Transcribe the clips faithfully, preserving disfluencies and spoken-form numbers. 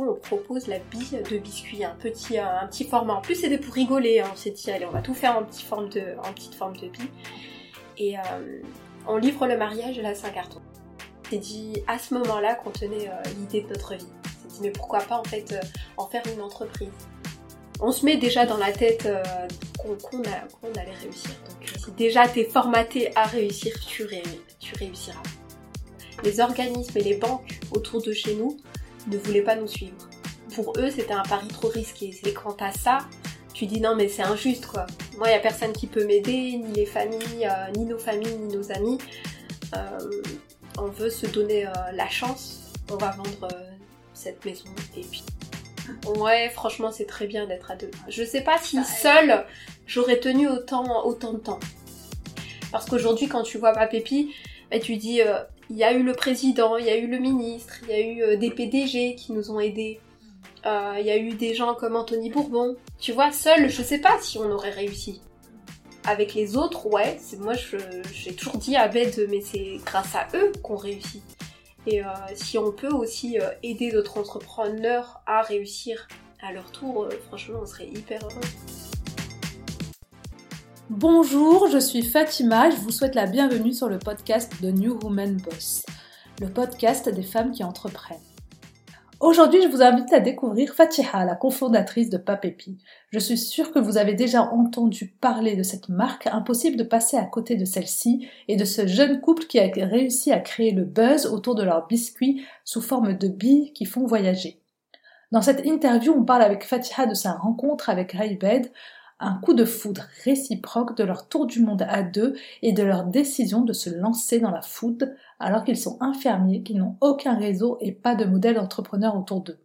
coup, on propose la bille de biscuit, un petit, un petit format. En plus, c'était pour rigoler. Hein. On s'est dit, allez, on va tout faire en, petit forme de, en petite forme de bille. Et euh, on livre le mariage à la Saint-Carton. On s'est dit, à ce moment-là, qu'on tenait euh, l'idée de notre vie. On s'est dit, mais pourquoi pas, en fait, euh, en faire une entreprise. On se met déjà dans la tête euh, qu'on, qu'on, a, qu'on allait réussir. Donc, si déjà t'es formaté à réussir, tu, ré, tu réussiras. Les organismes et les banques autour de chez nous ne voulaient pas nous suivre. Pour eux, c'était un pari trop risqué. Et quand t'as ça, tu dis non mais c'est injuste quoi. Moi, il n'y a personne qui peut m'aider, ni les familles, euh, ni nos familles, ni nos amis. Euh, on veut se donner euh, la chance. On va vendre euh, cette maison et puis... Ouais, franchement, c'est très bien d'être à deux. Je sais pas si seule, j'aurais tenu autant, autant de temps. Parce qu'aujourd'hui, quand tu vois Papépi, bah, tu dis, il euh, y a eu le président, il y a eu le ministre, il y a eu euh, des P D G qui nous ont aidés. Il euh, y a eu des gens comme Anthony Bourbon. Tu vois, seule, je sais pas si on aurait réussi. Avec les autres, ouais, c'est, moi, je, j'ai toujours dit à Abed, mais c'est grâce à eux qu'on réussit. Et euh, si on peut aussi euh, aider d'autres entrepreneurs à réussir à leur tour, euh, franchement, on serait hyper heureux. Bonjour, je suis Fatima, je vous souhaite la bienvenue sur le podcast de New Woman Boss, le podcast des femmes qui entreprennent. Aujourd'hui, je vous invite à découvrir Fatiha, la cofondatrice de Papépi. Je suis sûre que vous avez déjà entendu parler de cette marque, impossible de passer à côté de celle-ci et de ce jeune couple qui a réussi à créer le buzz autour de leurs biscuits sous forme de billes qui font voyager. Dans cette interview, on parle avec Fatiha de sa rencontre avec Abed, un coup de foudre réciproque de leur tour du monde à deux et de leur décision de se lancer dans la food alors qu'ils sont infirmiers, qu'ils n'ont aucun réseau et pas de modèle d'entrepreneur autour d'eux.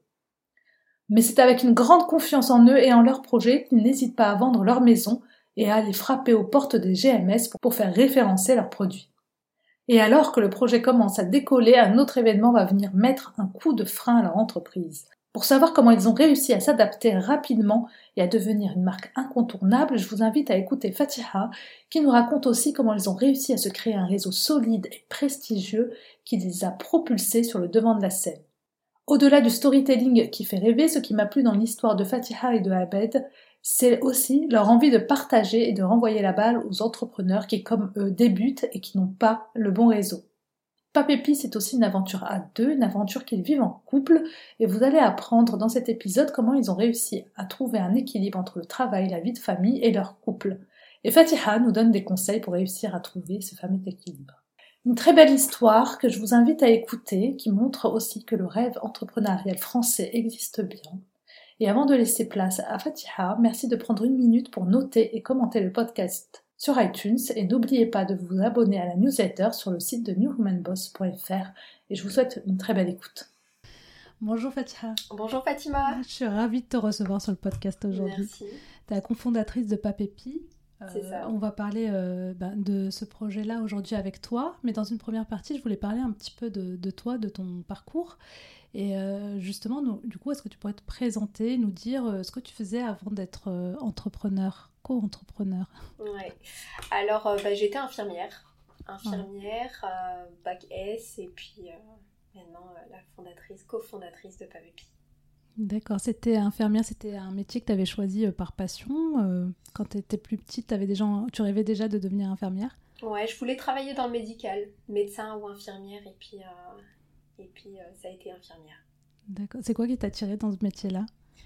Mais c'est avec une grande confiance en eux et en leurs projets qu'ils n'hésitent pas à vendre leur maison et à aller frapper aux portes des G M S pour faire référencer leurs produits. Et alors que le projet commence à décoller, un autre événement va venir mettre un coup de frein à leur entreprise. Pour savoir comment ils ont réussi à s'adapter rapidement et à devenir une marque incontournable, je vous invite à écouter Fatiha, qui nous raconte aussi comment ils ont réussi à se créer un réseau solide et prestigieux qui les a propulsés sur le devant de la scène. Au-delà du storytelling qui fait rêver, ce qui m'a plu dans l'histoire de Fatiha et de Abed, c'est aussi leur envie de partager et de renvoyer la balle aux entrepreneurs qui, comme eux, débutent et qui n'ont pas le bon réseau. Papépi, c'est aussi une aventure à deux, une aventure qu'ils vivent en couple, et vous allez apprendre dans cet épisode comment ils ont réussi à trouver un équilibre entre le travail, la vie de famille et leur couple. Et Fatiha nous donne des conseils pour réussir à trouver ce fameux équilibre. Une très belle histoire que je vous invite à écouter, qui montre aussi que le rêve entrepreneurial français existe bien. Et avant de laisser place à Fatiha, merci de prendre une minute pour noter et commenter le podcast sur iTunes et n'oubliez pas de vous abonner à la newsletter sur le site de new woman boss point f r et je vous souhaite une très belle écoute. Bonjour Fatiha. Bonjour Fatima. Je suis ravie de te recevoir sur le podcast aujourd'hui. Merci. Tu es la cofondatrice de Papépi. C'est euh, ça. On va parler euh, ben, de ce projet-là aujourd'hui avec toi, mais dans une première partie, je voulais parler un petit peu de, de toi, de ton parcours. Et euh, justement, nous, du coup, est-ce que tu pourrais te présenter, nous dire euh, ce que tu faisais avant d'être euh, entrepreneur, co-entrepreneur? Ouais. Alors, euh, bah, j'étais infirmière. Infirmière, ouais. euh, bac S, et puis euh, maintenant euh, la fondatrice, cofondatrice de Papépi. D'accord, c'était infirmière, c'était un métier que tu avais choisi euh, par passion. Euh, quand tu étais plus petite, t'avais déjà, tu rêvais déjà de devenir infirmière? Ouais, je voulais travailler dans le médical, médecin ou infirmière, et puis... Euh... Et puis, euh, ça a été infirmière. D'accord. C'est quoi qui t'a attiré dans ce métier-là ?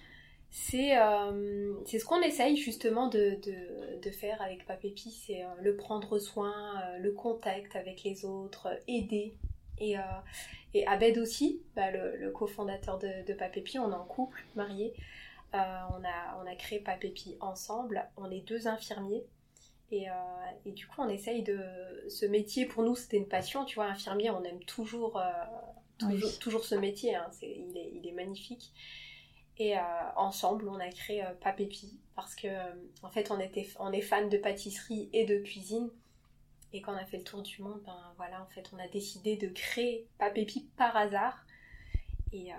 C'est, euh, c'est ce qu'on essaye justement de, de, de faire avec Papépi, c'est euh, le prendre soin, euh, le contact avec les autres, euh, aider. Et, euh, et Abed aussi, bah, le, le cofondateur de, de Papépi, on est en couple, mariés. Euh, on, a, on a créé Papépi ensemble, on est deux infirmiers. Et, euh, et du coup, on essaye de... Ce métier, pour nous, c'était une passion. Tu vois, infirmier, on aime toujours, euh, toujours, oui. toujours ce métier. Hein. C'est, il, est, il est magnifique. Et euh, ensemble, on a créé euh, Papépi. Parce que, euh, en fait, on, était, on est fans de pâtisserie et de cuisine. Et quand on a fait le tour du monde, ben voilà, en fait, on a décidé de créer Papépi par hasard. Et, euh,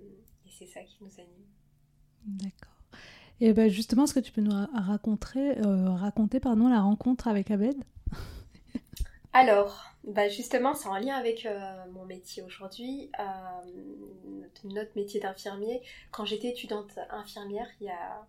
et c'est ça qui nous anime. D'accord. Et ben justement, est-ce que tu peux nous raconter, euh, raconter pardon, la rencontre avec Abed ? Alors, bah justement, c'est en lien avec euh, mon métier aujourd'hui, euh, notre, notre métier d'infirmier. Quand j'étais étudiante infirmière, il y a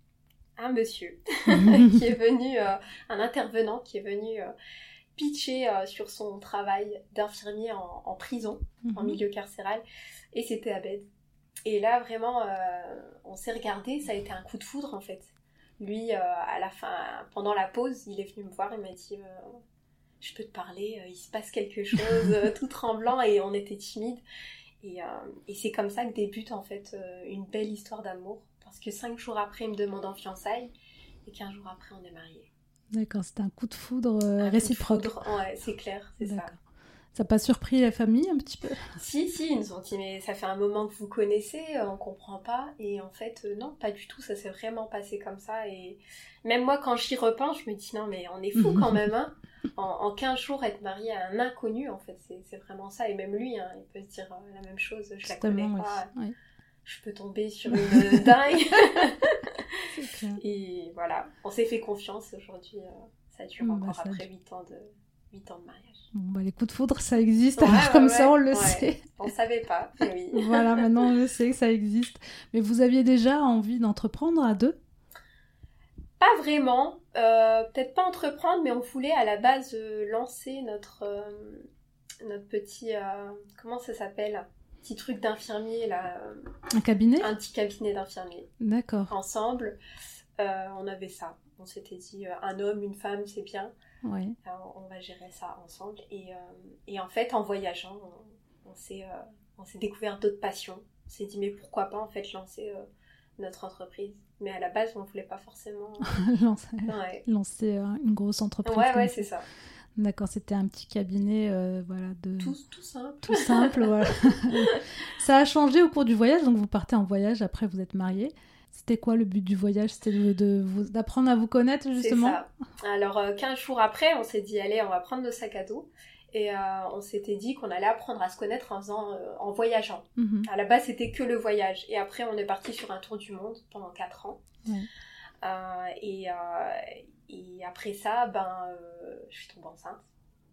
un monsieur qui est venu, euh, un intervenant qui est venu euh, pitcher euh, sur son travail d'infirmier en, en prison, mm-hmm. en milieu carcéral, et c'était Abed. Et là, vraiment, euh, on s'est regardé, ça a été un coup de foudre en fait. Lui, euh, à la fin, pendant la pause, il est venu me voir et m'a dit... Euh, je peux te parler, euh, il se passe quelque chose, euh, tout tremblant, et on était timides. Et, euh, et c'est comme ça que débute en fait euh, une belle histoire d'amour, parce que cinq jours après, il me demande en fiançailles, et quinze jours après, on est mariés. D'accord, c'était un coup de foudre euh, un réciproque. Coup de foudre, ouais, c'est clair, c'est D'accord. ça. Ça n'a pas surpris la famille un petit peu ? Si, si, ils nous ont dit, mais ça fait un moment que vous connaissez, on comprend pas. Et en fait, euh, non, pas du tout, ça s'est vraiment passé comme ça. Et même moi, quand j'y repense, je me dis, non, mais on est fou quand même, hein. En, en quinze jours, être marié à un inconnu, en fait, c'est, c'est vraiment ça. Et même lui, hein, il peut se dire euh, la même chose, je la connais pas, oui. Oui. Je peux tomber sur une dingue. C'est clair. Et voilà, on s'est fait confiance aujourd'hui, euh, ça dure Mmh, encore bah, ça après dure. huit ans de... huit ans de mariage. Bon, bah, les coups de foudre, ça existe, ouais, alors ouais, comme ouais, ça, on le ouais. sait. On savait pas, mais oui. Voilà, maintenant on le sait que ça existe. Mais vous aviez déjà envie d'entreprendre à deux ? Pas vraiment, euh, peut-être pas entreprendre, mais on voulait à la base euh, lancer notre, euh, notre petit, euh, comment ça s'appelle ? Petit truc d'infirmier, là. Un cabinet ? Un petit cabinet d'infirmier. D'accord. Ensemble, euh, on avait ça. On s'était dit, euh, un homme, une femme, c'est bien. Ouais. Alors, on va gérer ça ensemble. Et, euh, et en fait, en voyageant, on, on, s'est, euh, on s'est découvert d'autres passions. On s'est dit, mais pourquoi pas en fait lancer euh, notre entreprise ? Mais à la base, on ne voulait pas forcément... lancer ouais. lancer euh, une grosse entreprise. Ouais, ouais, ça. c'est ça. D'accord, c'était un petit cabinet euh, voilà, de... Tout, tout simple. Tout simple, voilà. Ça a changé au cours du voyage, donc vous partez en voyage, après vous êtes mariés. C'était quoi le but du voyage ? C'était de, de vous, d'apprendre à vous connaître, justement ? C'est ça. Alors, euh, quinze jours après, on s'est dit, allez, on va prendre nos sacs à dos. Et euh, on s'était dit qu'on allait apprendre à se connaître en, faisant, euh, en voyageant. Mm-hmm. À la base, c'était que le voyage. Et après, on est parti sur un tour du monde pendant quatre ans. Mm. Euh, et, euh, et après ça, ben, euh, je suis tombée enceinte.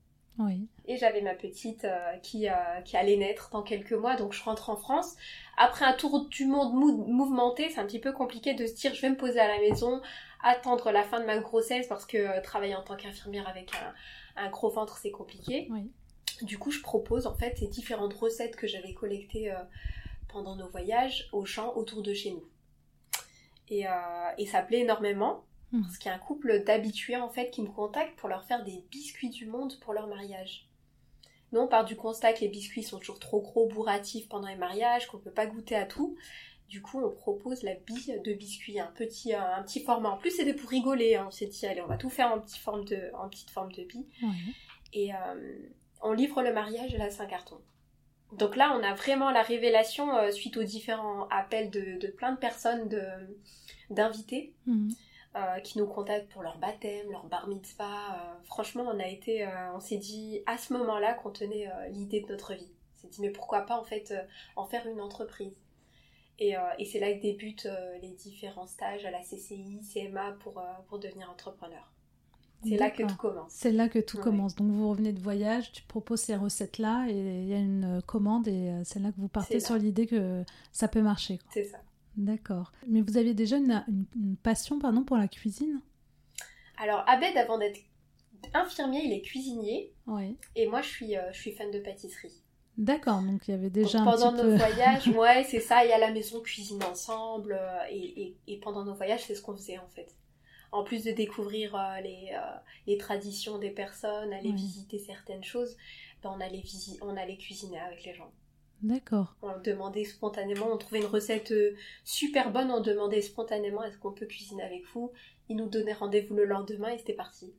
Oui. Et j'avais ma petite euh, qui, euh, qui allait naître dans quelques mois, donc je rentre en France. Après un tour du monde mou- mouvementé, c'est un petit peu compliqué de se dire je vais me poser à la maison, attendre la fin de ma grossesse, parce que euh, travailler en tant qu'infirmière avec un, un gros ventre, c'est compliqué. Oui. Du coup, je propose en fait ces différentes recettes que j'avais collectées euh, pendant nos voyages aux gens autour de chez nous. Et, euh, et ça plaît énormément. Parce qu'il y a un couple d'habitués en fait qui me contactent pour leur faire des biscuits du monde pour leur mariage. Nous on part du constat que les biscuits sont toujours trop gros, bourratifs pendant les mariages, qu'on peut pas goûter à tout. Du coup on propose la bille de biscuits, un petit, un, un petit format. En plus c'était pour rigoler, hein. On s'est dit allez on va tout faire en, petit forme de, en petite forme de bille. Ouais. Et euh, on livre le mariage à la Saint-Carton. Donc là on a vraiment la révélation euh, suite aux différents appels de, de plein de personnes, de, d'invités. Mmh. Euh, qui nous contactent pour leur baptême, leur bar mitzvah. Euh, franchement, on a été, euh, on s'est dit à ce moment-là qu'on tenait euh, l'idée de notre vie. On s'est dit mais pourquoi pas en fait euh, en faire une entreprise. Et, euh, et c'est là que débutent euh, les différents stages à la C C I, C M A pour euh, pour devenir entrepreneur. C'est D'accord. là que tout commence. C'est là que tout ouais. commence. Donc vous revenez de voyage, tu proposes ces recettes-là et il y a une commande et c'est là que vous partez sur l'idée que ça peut marcher, quoi. C'est ça. D'accord. Mais vous aviez déjà une, une, une passion pardon, pour la cuisine ? Alors, Abed, avant d'être infirmier, il est cuisinier. Oui. Et moi, je suis, euh, je suis fan de pâtisserie. D'accord, donc il y avait déjà donc, un petit peu... Pendant nos voyages, ouais, c'est ça. Et à la maison, cuisine ensemble. Euh, et, et, et pendant nos voyages, c'est ce qu'on faisait, en fait. En plus de découvrir euh, les, euh, les traditions des personnes, aller oui. visiter certaines choses, ben, on, allait visi- on allait cuisiner avec les gens. D'accord. On demandait spontanément, on trouvait une recette super bonne, on demandait spontanément est-ce qu'on peut cuisiner avec vous. Ils nous donnaient rendez-vous le lendemain et c'était parti.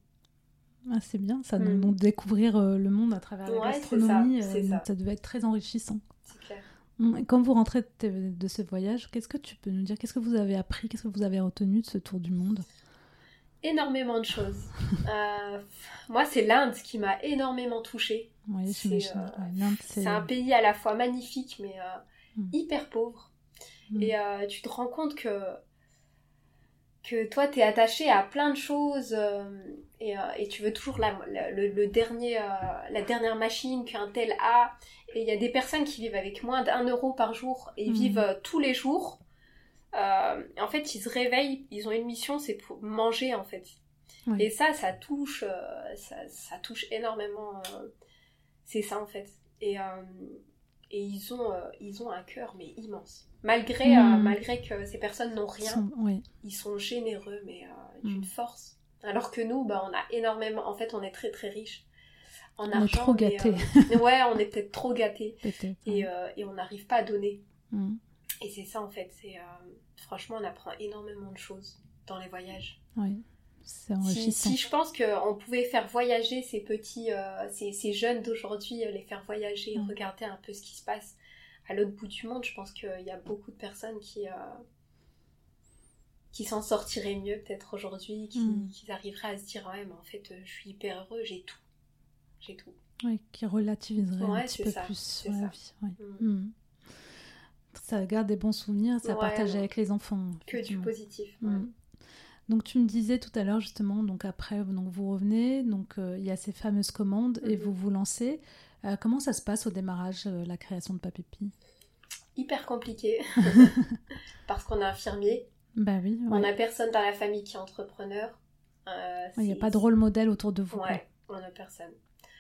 Ah, c'est bien ça, mm. donc découvrir euh, le monde à travers la ouais, gastronomie, c'est ça, c'est euh, ça. ça devait être très enrichissant. C'est clair. Quand vous rentrez de, de ce voyage, qu'est-ce que tu peux nous dire ? Qu'est-ce que vous avez appris ? Qu'est-ce que vous avez retenu de ce tour du monde ? Énormément de choses. euh, moi, c'est l'Inde qui m'a énormément touchée. Oui, c'est, j'imagine. euh, ouais, l'Inde, c'est... c'est un pays à la fois magnifique, mais euh, mm. hyper pauvre. Mm. Et euh, tu te rends compte que, que toi t'es attaché à plein de choses euh, et, euh, et tu veux toujours la, la, le, le dernier, euh, la dernière machine qu'un tel a. Et il y a des personnes qui vivent avec moins d'un euro par jour et mmh. vivent euh, tous les jours. Euh, en fait, ils se réveillent, ils ont une mission, c'est pour manger en fait. Oui. Et ça, ça touche, euh, ça, ça touche énormément. Euh, c'est ça en fait. Et, euh, et ils ont, euh, ils ont un cœur mais immense. Malgré, mmh. euh, malgré que ces personnes n'ont rien, sont, oui. ils sont généreux mais euh, d'une mmh. force. Alors que nous, bah, on a énormément. En fait, on est très très riches. En on argent, est trop gâtés. Euh, ouais, on est peut-être trop gâtés. Peut-être, et, ouais. euh, et on n'arrive pas à donner. Mmh. Et c'est ça en fait. C'est, euh, franchement, on apprend énormément de choses dans les voyages. Oui, c'est enrichissant. Si, si je pense qu'on pouvait faire voyager ces petits, euh, ces, ces jeunes d'aujourd'hui, les faire voyager, mmh. regarder un peu ce qui se passe à l'autre bout du monde, je pense qu'il y a beaucoup de personnes qui, euh, qui s'en sortiraient mieux peut-être aujourd'hui, qui, mmh. qui arriveraient à se dire ouais, mais en fait, je suis hyper heureux, j'ai tout. J'ai tout. Oui, qui relativiserait ouais, un petit peu ça, plus sur la ça. vie. Ouais. Mmh. Mmh. Ça garde des bons souvenirs, ça ouais, partage non. avec les enfants. Que du positif. Ouais. Mmh. Donc tu me disais tout à l'heure justement, donc après donc vous revenez, donc il euh, y a ces fameuses commandes mmh. et vous vous lancez. Euh, comment ça se passe au démarrage, euh, la création de Papépi ? Hyper compliqué, parce qu'on est infirmier. Bah oui. Ouais. On n'a personne dans la famille qui est entrepreneur. Il euh, n'y a pas de rôle modèle autour de vous. Ouais, quoi. On n'a personne.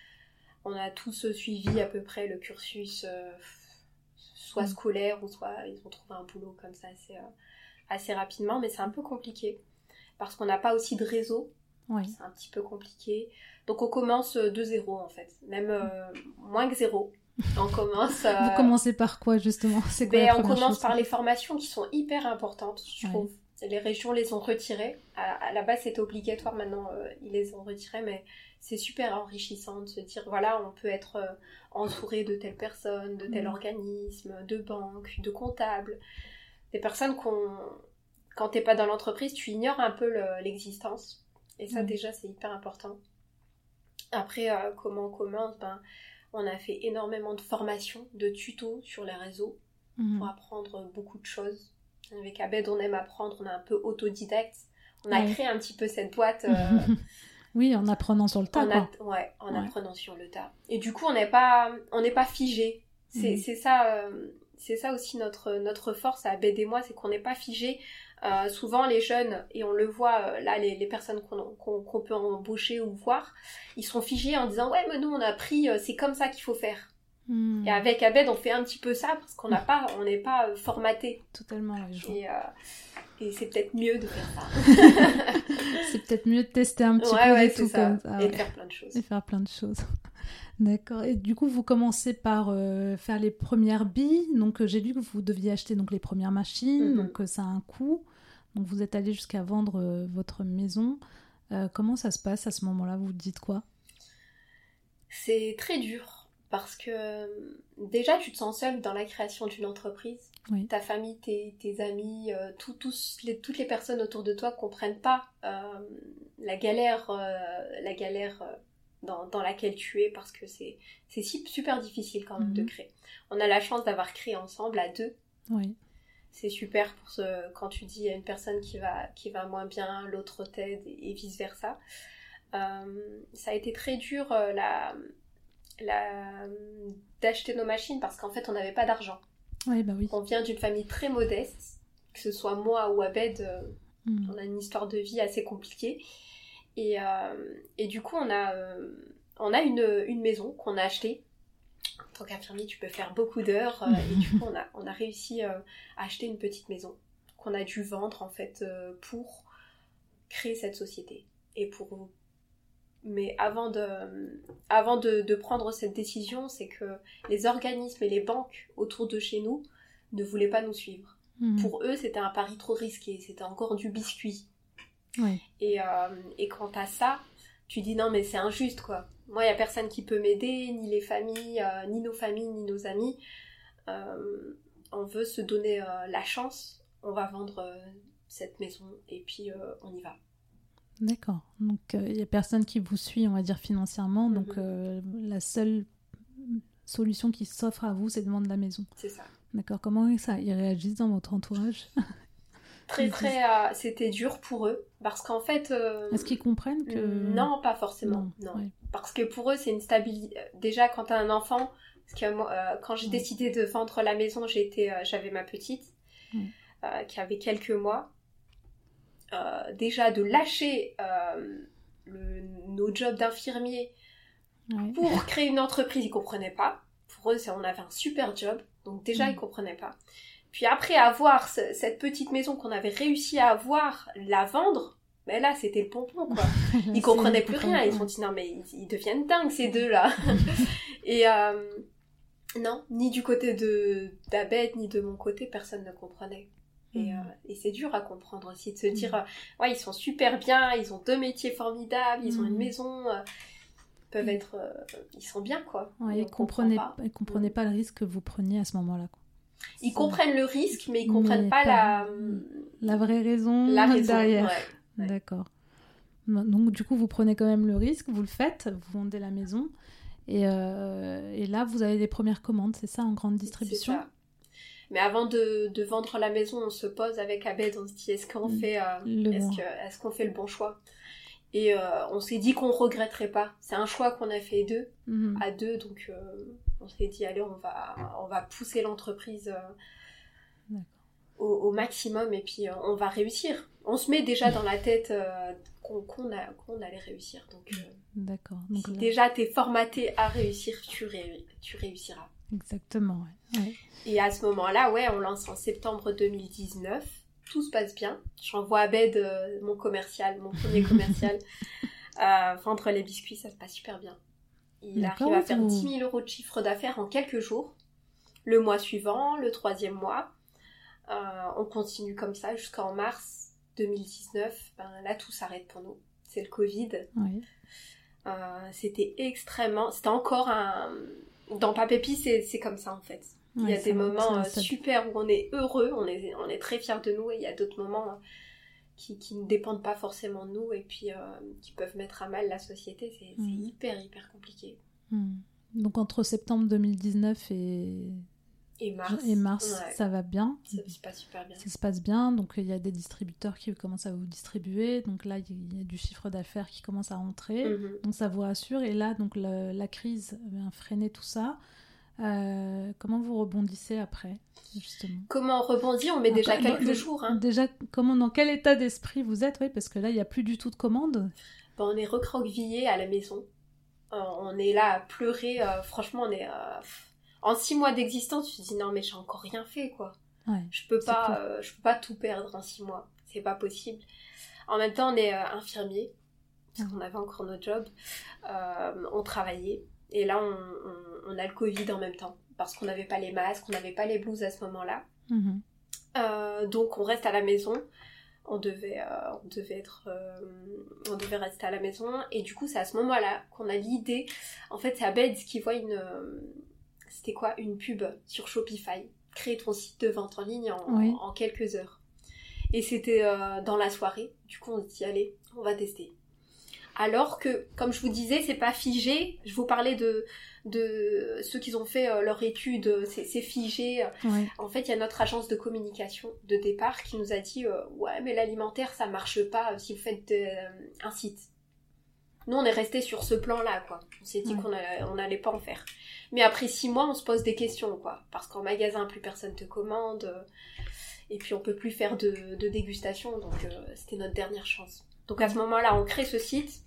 On a tous suivi à peu près le cursus, euh, soit mmh. scolaire, ou soit ils ont trouvé un boulot comme ça assez, euh, assez rapidement, mais c'est un peu compliqué. Parce qu'on n'a pas aussi de réseau, oui. c'est un petit peu compliqué. Donc on commence de zéro en fait, même euh, moins que zéro. On commence. Euh... Vous commencez par quoi justement ? C'est quoi ben, la on première commence chose par les formations qui sont hyper importantes, je ouais. trouve. Les régions les ont retirées. À, à la base c'était obligatoire, maintenant euh, ils les ont retirées, mais c'est super enrichissant de se dire voilà, on peut être euh, entouré de telle personne, de tel mmh. organisme, de banque, de comptable, des personnes qu'on. Quand t'es pas dans l'entreprise, tu ignores un peu le, l'existence. Et ça, mmh. déjà, c'est hyper important. Après, euh, comment on commence ? Ben, on a fait énormément de formations, de tutos sur les réseaux mmh. pour apprendre beaucoup de choses. Avec Abed, on aime apprendre, on est un peu autodidacte. On a ouais. créé un petit peu cette boîte. Euh, oui, en apprenant sur le tas. En a, ouais, en ouais. apprenant sur le tas. Et du coup, on n'est pas, on n'est pas figé. C'est, mmh. c'est ça, euh, c'est ça aussi notre, notre force à Abed et moi, c'est qu'on n'est pas figé. Euh, souvent les jeunes, et on le voit euh, là, les, les personnes qu'on, qu'on, qu'on peut embaucher ou voir, ils sont figés en disant ouais mais nous on a appris, euh, c'est comme ça qu'il faut faire. Mmh. Et avec Abed on fait un petit peu ça parce qu'on n'a pas, on n'est pas euh, formaté. Totalement, ouais, je vois. Et, euh, et c'est peut-être mieux de faire ça. C'est peut-être mieux de tester un petit ouais, peu ouais, de tout ça. Comme ça. Et ouais. de faire plein de choses. Et faire plein de choses. D'accord. Et du coup, vous commencez par euh, faire les premières billes. Donc, euh, j'ai lu que vous deviez acheter donc, les premières machines. Mm-hmm. Donc, euh, ça a un coût. Donc, vous êtes allé jusqu'à vendre euh, votre maison. Euh, comment ça se passe à ce moment-là ? Vous dites quoi ? C'est très dur. Parce que déjà, tu te sens seule dans la création d'une entreprise. Oui. Ta famille, tes, tes amis, euh, tout, tous les, toutes les personnes autour de toi ne comprennent pas euh, la galère, euh, la galère euh, dans, dans laquelle tu es parce que c'est, c'est super difficile quand même mm-hmm. de créer. On a la chance d'avoir créé ensemble à deux. Oui. C'est super pour ce, quand tu dis à une personne qui va, qui va moins bien, l'autre t'aide et, et vice-versa. Euh, ça a été très dur euh, la... La... d'acheter nos machines parce qu'en fait on n'avait pas d'argent. Ouais, bah oui. On vient d'une famille très modeste, que ce soit moi ou Abed, euh, mm. on a une histoire de vie assez compliquée et, euh, et du coup on a, euh, on a une, une maison qu'on a achetée. En tant qu'infirmier tu peux faire beaucoup d'heures euh, et du coup on a, on a réussi euh, à acheter une petite maison qu'on a dû vendre en fait euh, pour créer cette société et pour Mais avant de, avant de, de prendre cette décision, c'est que les organismes et les banques autour de chez nous ne voulaient pas nous suivre. Mmh. Pour eux, c'était un pari trop risqué, c'était encore du biscuit. Oui. Et, euh, et quant à ça, tu dis non mais c'est injuste quoi. Moi, il n'y a personne qui peut m'aider, ni les familles, euh, ni nos familles, ni nos amis. Euh, on veut se donner euh, la chance, on va vendre euh, cette maison et puis euh, on y va. D'accord. Donc, il euh, n'y a personne qui vous suit, on va dire, financièrement. Mm-hmm. Donc, euh, la seule solution qui s'offre à vous, c'est de vendre la maison. C'est ça. D'accord. Comment ça, ils réagissent dans votre entourage ? très très... Euh, c'était dur pour eux, parce qu'en fait... Euh, Est-ce qu'ils comprennent que... Non, pas forcément, non. non. Ouais. Parce que pour eux, c'est une stabilité... Déjà, quand t'as un enfant, parce que moi, euh, quand j'ai ouais. décidé de vendre la maison, j'étais, euh, j'avais ma petite, ouais. euh, qui avait quelques mois. Euh, déjà, de lâcher euh, le, nos jobs d'infirmier ouais. pour créer une entreprise, ils comprenaient pas. Pour eux, c'est, on avait un super job, donc déjà, ouais. ils comprenaient pas. Puis après avoir ce, cette petite maison qu'on avait réussi à avoir, la vendre, ben là, c'était le pompon, quoi. Ils comprenaient plus rien. Ils se sont dit, non, mais ils, ils deviennent dingues, ces deux-là. Et euh, non, ni du côté de d'Abed, ni de mon côté, personne ne comprenait. Et, euh, et c'est dur à comprendre aussi, de se dire, euh, ouais, ils sont super bien, ils ont deux métiers formidables, ils ont une maison... Euh, peuvent être... Euh, ils sont bien, quoi. Ouais, ils ne comprenaient pas, comprenaient pas le risque que vous preniez à ce moment-là, quoi. Ils comprennent le risque, mais ils comprennent mais pas, pas la... La vraie raison, la raison derrière. Ouais, ouais. D'accord. Donc, du coup, vous prenez quand même le risque, vous le faites, vous vendez la maison, et, euh, et là, vous avez les premières commandes, c'est ça, en grande distribution? C'est ça. Mais avant de, de vendre la maison, on se pose avec Abed, on se dit, est-ce qu'on fait, euh, est-ce que, est-ce qu'on fait le bon choix? Et euh, on s'est dit qu'on regretterait pas. C'est un choix qu'on a fait deux, mmh. à deux, donc euh, on s'est dit, allez, on va, on va pousser l'entreprise euh, au, au maximum, et puis euh, on va réussir. On se met déjà dans la tête euh, qu'on, qu'on, a, qu'on allait réussir. Donc, euh, D'accord. Donc, si là... déjà t'es formaté à réussir, tu, ré, tu réussiras. Exactement, ouais. ouais. Et à ce moment-là, ouais, on lance en septembre deux mille dix-neuf. Tout se passe bien. J'envoie Abed, euh, mon commercial, mon premier commercial, euh, vendre les biscuits, ça se passe super bien. Il D'accord, arrive à faire dix mille euros de chiffre d'affaires en quelques jours. Le mois suivant, le troisième mois. Euh, on continue comme ça jusqu'en mars deux mille dix-neuf. Ben, là, tout s'arrête pour nous. C'est le Covid. Oui. Euh, c'était extrêmement... C'était encore un... Dans Papépi, c'est, c'est comme ça, en fait. Il ouais, y a des moments euh, super où on est heureux, on est, on est très fiers de nous, et il y a d'autres moments euh, qui, qui ne dépendent pas forcément de nous, et puis euh, qui peuvent mettre à mal la société. C'est, mmh. c'est hyper, hyper compliqué. Mmh. Donc entre septembre deux mille dix-neuf et, et mars, et mars ouais. ça va bien. Ça se passe super bien. Ça se passe bien, donc il y a des distributeurs qui commencent à vous distribuer, donc là il y a du chiffre d'affaires qui commence à rentrer, mmh. donc ça vous rassure, et là donc le, la crise vient freiner tout ça. Euh, comment vous rebondissez après, justement? Comment on rebondit? On met après, déjà quelques dans, jours. Hein. Déjà, comment, dans quel état d'esprit vous êtes? Oui, parce que là, il n'y a plus du tout de commandes. Ben, on est recroquevillés à la maison. Euh, on est là à pleurer. Euh, franchement, on est... Euh, en six mois d'existence, tu te dis, non, mais j'ai encore rien fait, quoi. Ouais, je peux pas, euh, je peux pas tout perdre en six mois. C'est pas possible. En même temps, on est euh, infirmier, parce qu'on avait encore notre job. Euh, on travaillait. Et là, on, on, on a le Covid en même temps, parce qu'on n'avait pas les masques, on n'avait pas les blouses à ce moment-là. Mmh. Euh, donc, on reste à la maison. On devait, euh, on devait être, euh, on devait rester à la maison. Et du coup, c'est à ce moment-là qu'on a l'idée. En fait, c'est Abed qui voit une, euh, c'était quoi, une pub sur Shopify. Créer ton site de vente en ligne en, oui. en, en quelques heures. Et c'était euh, dans la soirée. Du coup, on se dit, allez, on va tester. Alors que, comme je vous disais, c'est pas figé. Je vous parlais de, de ceux qui ont fait euh, leur étude, c'est, c'est figé. Ouais. En fait, il y a notre agence de communication de départ qui nous a dit euh, « Ouais, mais l'alimentaire, ça marche pas euh, si vous faites euh, un site. » Nous, on est resté sur ce plan-là, quoi. On s'est dit ouais. qu'on allait, on allait pas en faire. Mais après six mois, on se pose des questions, quoi. Parce qu'en magasin, plus personne te commande. Euh, et puis, on peut plus faire de, de dégustation. Donc, euh, c'était notre dernière chance. Donc, à ce moment-là, on crée ce site.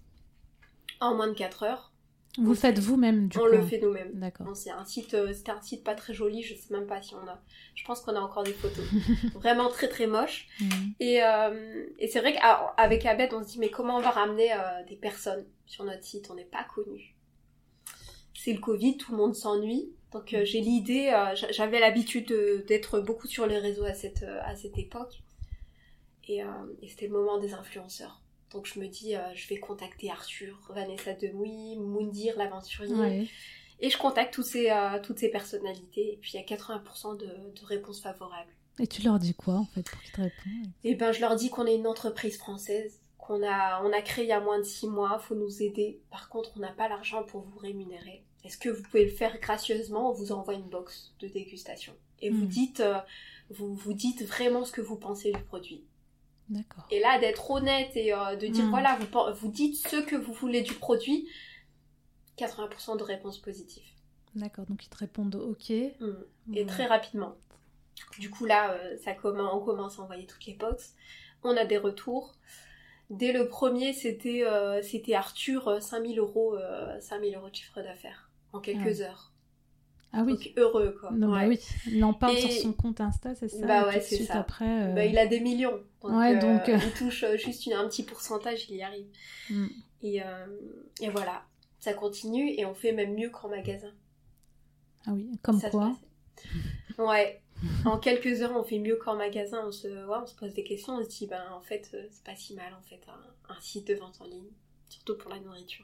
En moins de quatre heures. Vous le faites vous-même, du on coup? On le fait nous-mêmes. D'accord. Bon, c'est un site, euh, c'était un site pas très joli, je sais même pas si on a... Je pense qu'on a encore des photos. Vraiment très très moches. Mmh. Et, euh, et c'est vrai qu'avec Abed, on se dit, mais comment on va ramener euh, des personnes sur notre site? On n'est pas connus. C'est le Covid, tout le monde s'ennuie. Donc euh, j'ai l'idée, euh, j'avais l'habitude de, d'être beaucoup sur les réseaux à cette, euh, à cette époque. Et, euh, et c'était le moment des influenceurs. Donc je me dis, euh, je vais contacter Arthur, Vanessa Demouy, Moundir, l'aventurier. Ouais. Et je contacte tous ces, euh, toutes ces personnalités. Et puis il y a quatre-vingts pour cent de, de réponses favorables. Et tu leur dis quoi, en fait, pour qu'ils te répondent? Eh ben, je leur dis qu'on est une entreprise française, qu'on a, on a créé il y a moins de six mois, il faut nous aider. Par contre, on n'a pas l'argent pour vous rémunérer. Est-ce que vous pouvez le faire gracieusement? On vous envoie une box de dégustation. Et mmh. vous dites, euh, vous, vous dites vraiment ce que vous pensez du produit. D'accord. Et là, d'être honnête et euh, de dire, mmh. voilà, vous, vous dites ce que vous voulez du produit, quatre-vingts pour cent de réponses positives. D'accord, donc ils te répondent OK. Mmh. Et Ouais. très rapidement. Du coup, là, euh, ça commence, on commence à envoyer toutes les box. On a des retours. Dès le premier, c'était, euh, c'était Arthur, cinq mille euros, euh, cinq mille euros de chiffre d'affaires en quelques ah. heures. Ah oui. Donc heureux, quoi. Non, ouais. bah oui, il en parle et... sur son compte Insta, c'est ça. Bah et ouais, tout de c'est suite ça. Après, euh... bah, il a des millions. Donc, ouais, donc euh, il touche juste une, un petit pourcentage, il y arrive. Mm. Et, euh, et voilà, ça continue et on fait même mieux qu'en magasin. Ah oui, comme ça quoi Ouais. En quelques heures, on fait mieux qu'en magasin. On se, ouais, on se pose des questions. On se dit, ben en fait, c'est pas si mal en fait un, un site de vente en ligne, surtout pour la nourriture.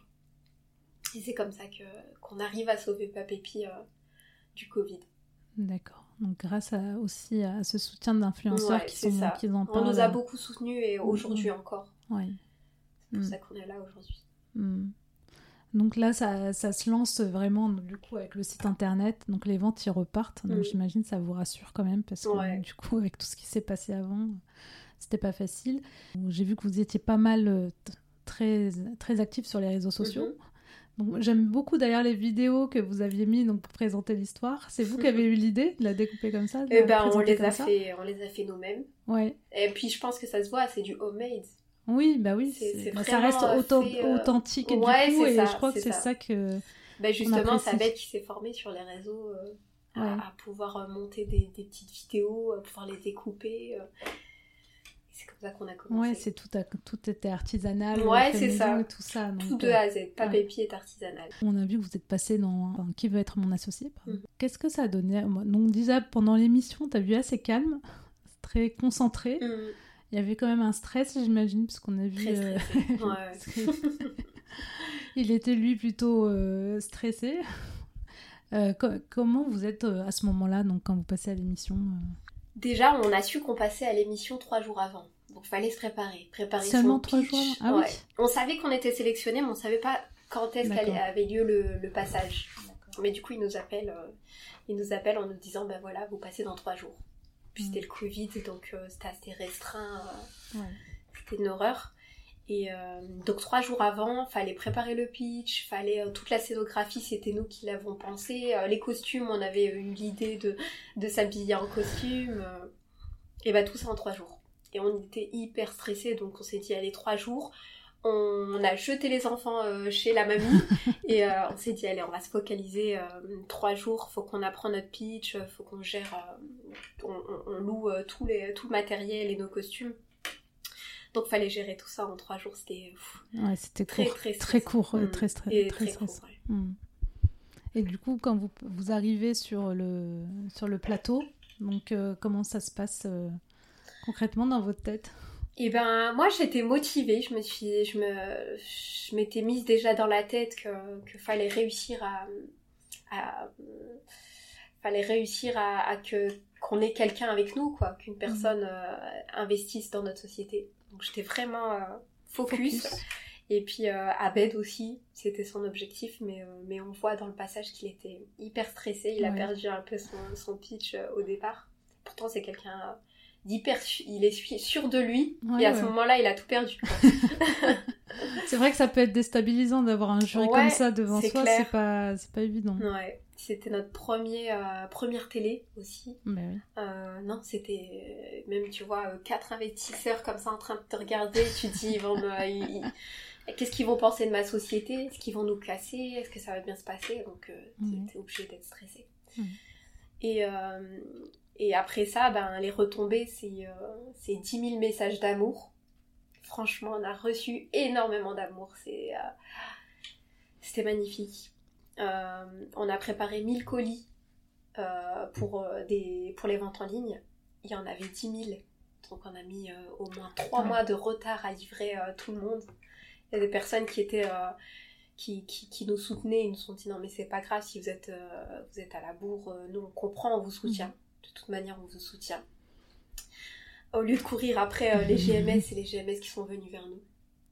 Et c'est comme ça que qu'on arrive à sauver Papépi euh, du Covid. D'accord. Donc grâce à, aussi à ce soutien d'influenceurs ouais, qui sont ça. qui en parlent. On nous a beaucoup soutenus et aujourd'hui mmh. encore. Ouais. C'est pour mmh. ça qu'on est là aujourd'hui. Mmh. Donc là, ça, ça se lance vraiment du coup avec le site internet. Donc les ventes y repartent. Donc mmh. j'imagine que ça vous rassure quand même parce que ouais. du coup avec tout ce qui s'est passé avant, c'était pas facile. J'ai vu que vous étiez pas mal très très actifs sur les réseaux sociaux. Mmh. Donc, j'aime beaucoup d'ailleurs les vidéos que vous aviez mis donc, pour présenter l'histoire. C'est vous qui avez eu l'idée de la découper comme ça, de eh la ben, on les a ça fait, on les a fait nous-mêmes. Ouais. Et puis je pense que ça se voit, c'est du homemade. Oui, bah oui, c'est, c'est bah, ça reste autant, fait, euh... authentique et ouais, du coup, et ça, je crois que c'est ça, ça que. Bah justement, c'est Abed qui s'est formé sur les réseaux euh, ouais. à, à pouvoir monter des, des petites vidéos, à pouvoir les découper. Euh. C'est comme ça qu'on a commencé. Ouais, c'est tout, à, tout était artisanal. Ouais, c'est ça. Et tout ça. Donc, tout de A à Z. Papépi ouais. est artisanal. On a vu que vous êtes passé dans enfin, Qui veut être mon associé mm-hmm. Qu'est-ce que ça a donné Donc, déjà, pendant l'émission, t'as vu assez calme, très concentré. Mm. Il y avait quand même un stress, j'imagine, parce qu'on a vu... Très stressé. Euh... ouais. Il était, lui, plutôt euh, stressé. Euh, co- comment vous êtes euh, à ce moment-là, donc, quand vous passez à l'émission euh... Déjà, on a su qu'on passait à l'émission trois jours avant. Donc, il fallait se préparer. Préparer Seulement son trois pitch. jours ah, ouais. oui. On savait qu'on était sélectionnés, mais on ne savait pas quand est-ce qu'avait lieu le, le passage. D'accord. Mais du coup, ils nous appellent, euh, ils nous appellent en nous disant, ben voilà, vous passez dans trois jours. Puis mmh. c'était le Covid, donc euh, c'était assez restreint. Euh, ouais. C'était une horreur. Et euh, donc, trois jours avant, il fallait préparer le pitch, fallait euh, toute la scénographie, c'était nous qui l'avons pensé. Euh, les costumes, on avait eu l'idée de, de s'habiller en costume. Euh, et bah, tout ça en trois jours. Et on était hyper stressés, donc on s'est dit, allez, trois jours. On a jeté les enfants euh, chez la mamie et euh, on s'est dit, allez, on va se focaliser. Euh, trois jours, faut qu'on apprenne notre pitch, faut qu'on gère, euh, on, on, on loue euh, tout, les, tout le matériel et nos costumes. Donc, il fallait gérer tout ça en trois jours. C'était, pff, ouais, c'était très, court, très, très court, mmh. très, stra- et très, très stressant. court. Ouais. Mmh. Et du coup, quand vous, vous arrivez sur le, sur le plateau, donc euh, comment ça se passe euh, concrètement dans votre tête ? Eh ben, moi, j'étais motivée. Je me suis, je me, je m'étais mise déjà dans la tête que, que fallait réussir à, à fallait réussir à, à que qu'on ait quelqu'un avec nous, quoi, qu'une personne euh, investisse dans notre société. Donc j'étais vraiment euh, focus. focus. Et puis euh, Abed aussi, c'était son objectif, mais, euh, mais on voit dans le passage qu'il était hyper stressé. Il ouais. a perdu un peu son, son pitch euh, au départ. Pourtant, c'est quelqu'un euh, d'hyper... Il est sûr de lui, ouais, et à ouais. ce moment-là, il a tout perdu. C'est vrai que ça peut être déstabilisant d'avoir un jury ouais, comme ça devant c'est soi, clair. c'est pas, c'est pas évident. Ouais. C'était notre premier, euh, première télé aussi. Ben oui. Euh, non, c'était euh, même, tu vois, euh, quatre investisseurs comme ça en train de te regarder. Tu te dis, ils vont me, ils, ils, qu'est-ce qu'ils vont penser de ma société ? Est-ce qu'ils vont nous casser ? Est-ce que ça va bien se passer ? Donc, euh, mmh. t'es obligé d'être stressé. Mmh. Et, euh, et après ça, ben, les retombées, c'est, euh, c'est dix mille messages d'amour. Franchement, on a reçu énormément d'amour. C'est, euh, c'était magnifique. Euh, on a préparé mille colis euh, pour, euh, des, pour les ventes en ligne. Il y en avait dix mille. Donc on a mis euh, au moins trois ouais. mois de retard à livrer euh, tout le monde. Il y a des personnes qui étaient euh, qui, qui, qui nous soutenaient. Ils nous ont dit non mais c'est pas grave si vous êtes, euh, vous êtes à la bourre. Euh, nous on comprend, on vous soutient. De toute manière on vous soutient. Au lieu de courir après euh, les G M S, c'est les G M S qui sont venus vers nous.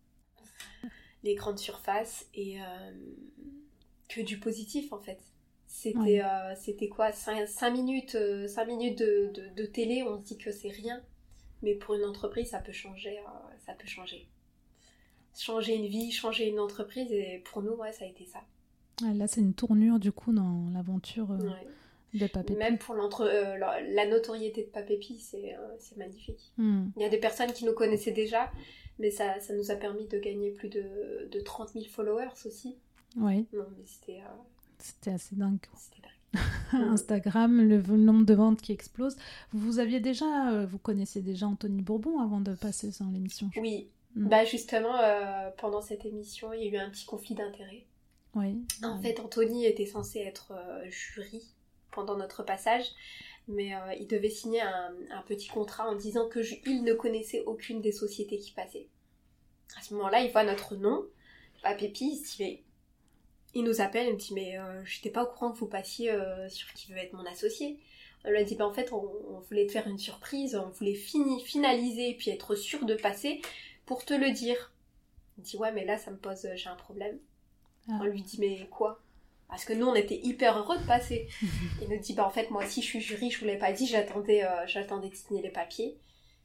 Les grandes surfaces et... Euh, que du positif en fait. C'était, ouais. euh, c'était quoi cinq minutes, euh, cinq minutes de, de, de télé, on se dit que c'est rien. Mais pour une entreprise, ça peut changer, euh, ça peut changer. Changer une vie, changer une entreprise, et pour nous, ouais, ça a été ça. Ah, là, c'est une tournure, du coup, dans l'aventure euh, ouais. de Papépi. Même pour l'entre... euh, la, la notoriété de Papépi, c'est, euh, c'est magnifique. Mm. Il y a des personnes qui nous connaissaient déjà, mais ça, ça nous a permis de gagner plus de, de trente mille followers aussi. Oui. Non, mais c'était... Euh... C'était assez dingue. C'était dingue. Instagram, le nombre de ventes qui explose. Vous aviez déjà, euh, vous connaissiez déjà Anthony Bourbon avant de passer dans l'émission? Oui. Mm. Bah justement, euh, pendant cette émission, il y a eu un petit conflit d'intérêts. Oui. En oui. fait, Anthony était censé être euh, jury pendant notre passage, mais euh, il devait signer un, un petit contrat en disant que je, il ne connaissait aucune des sociétés qui passaient. À ce moment-là, il voit notre nom, Papépi, il se dit mais... Il nous appelle, il me dit mais euh, j'étais pas au courant que vous passiez euh, sur qui veut être mon associé. On lui a dit bah en fait on, on voulait te faire une surprise, on voulait fini, finaliser puis être sûr de passer pour te le dire. Il dit ouais mais là ça me pose, j'ai un problème. Ah. On lui dit mais quoi? Parce que nous on était hyper heureux de passer. Il nous dit bah en fait moi aussi je suis jury, je vous l'ai pas dit, j'attendais, euh, j'attendais de signer les papiers.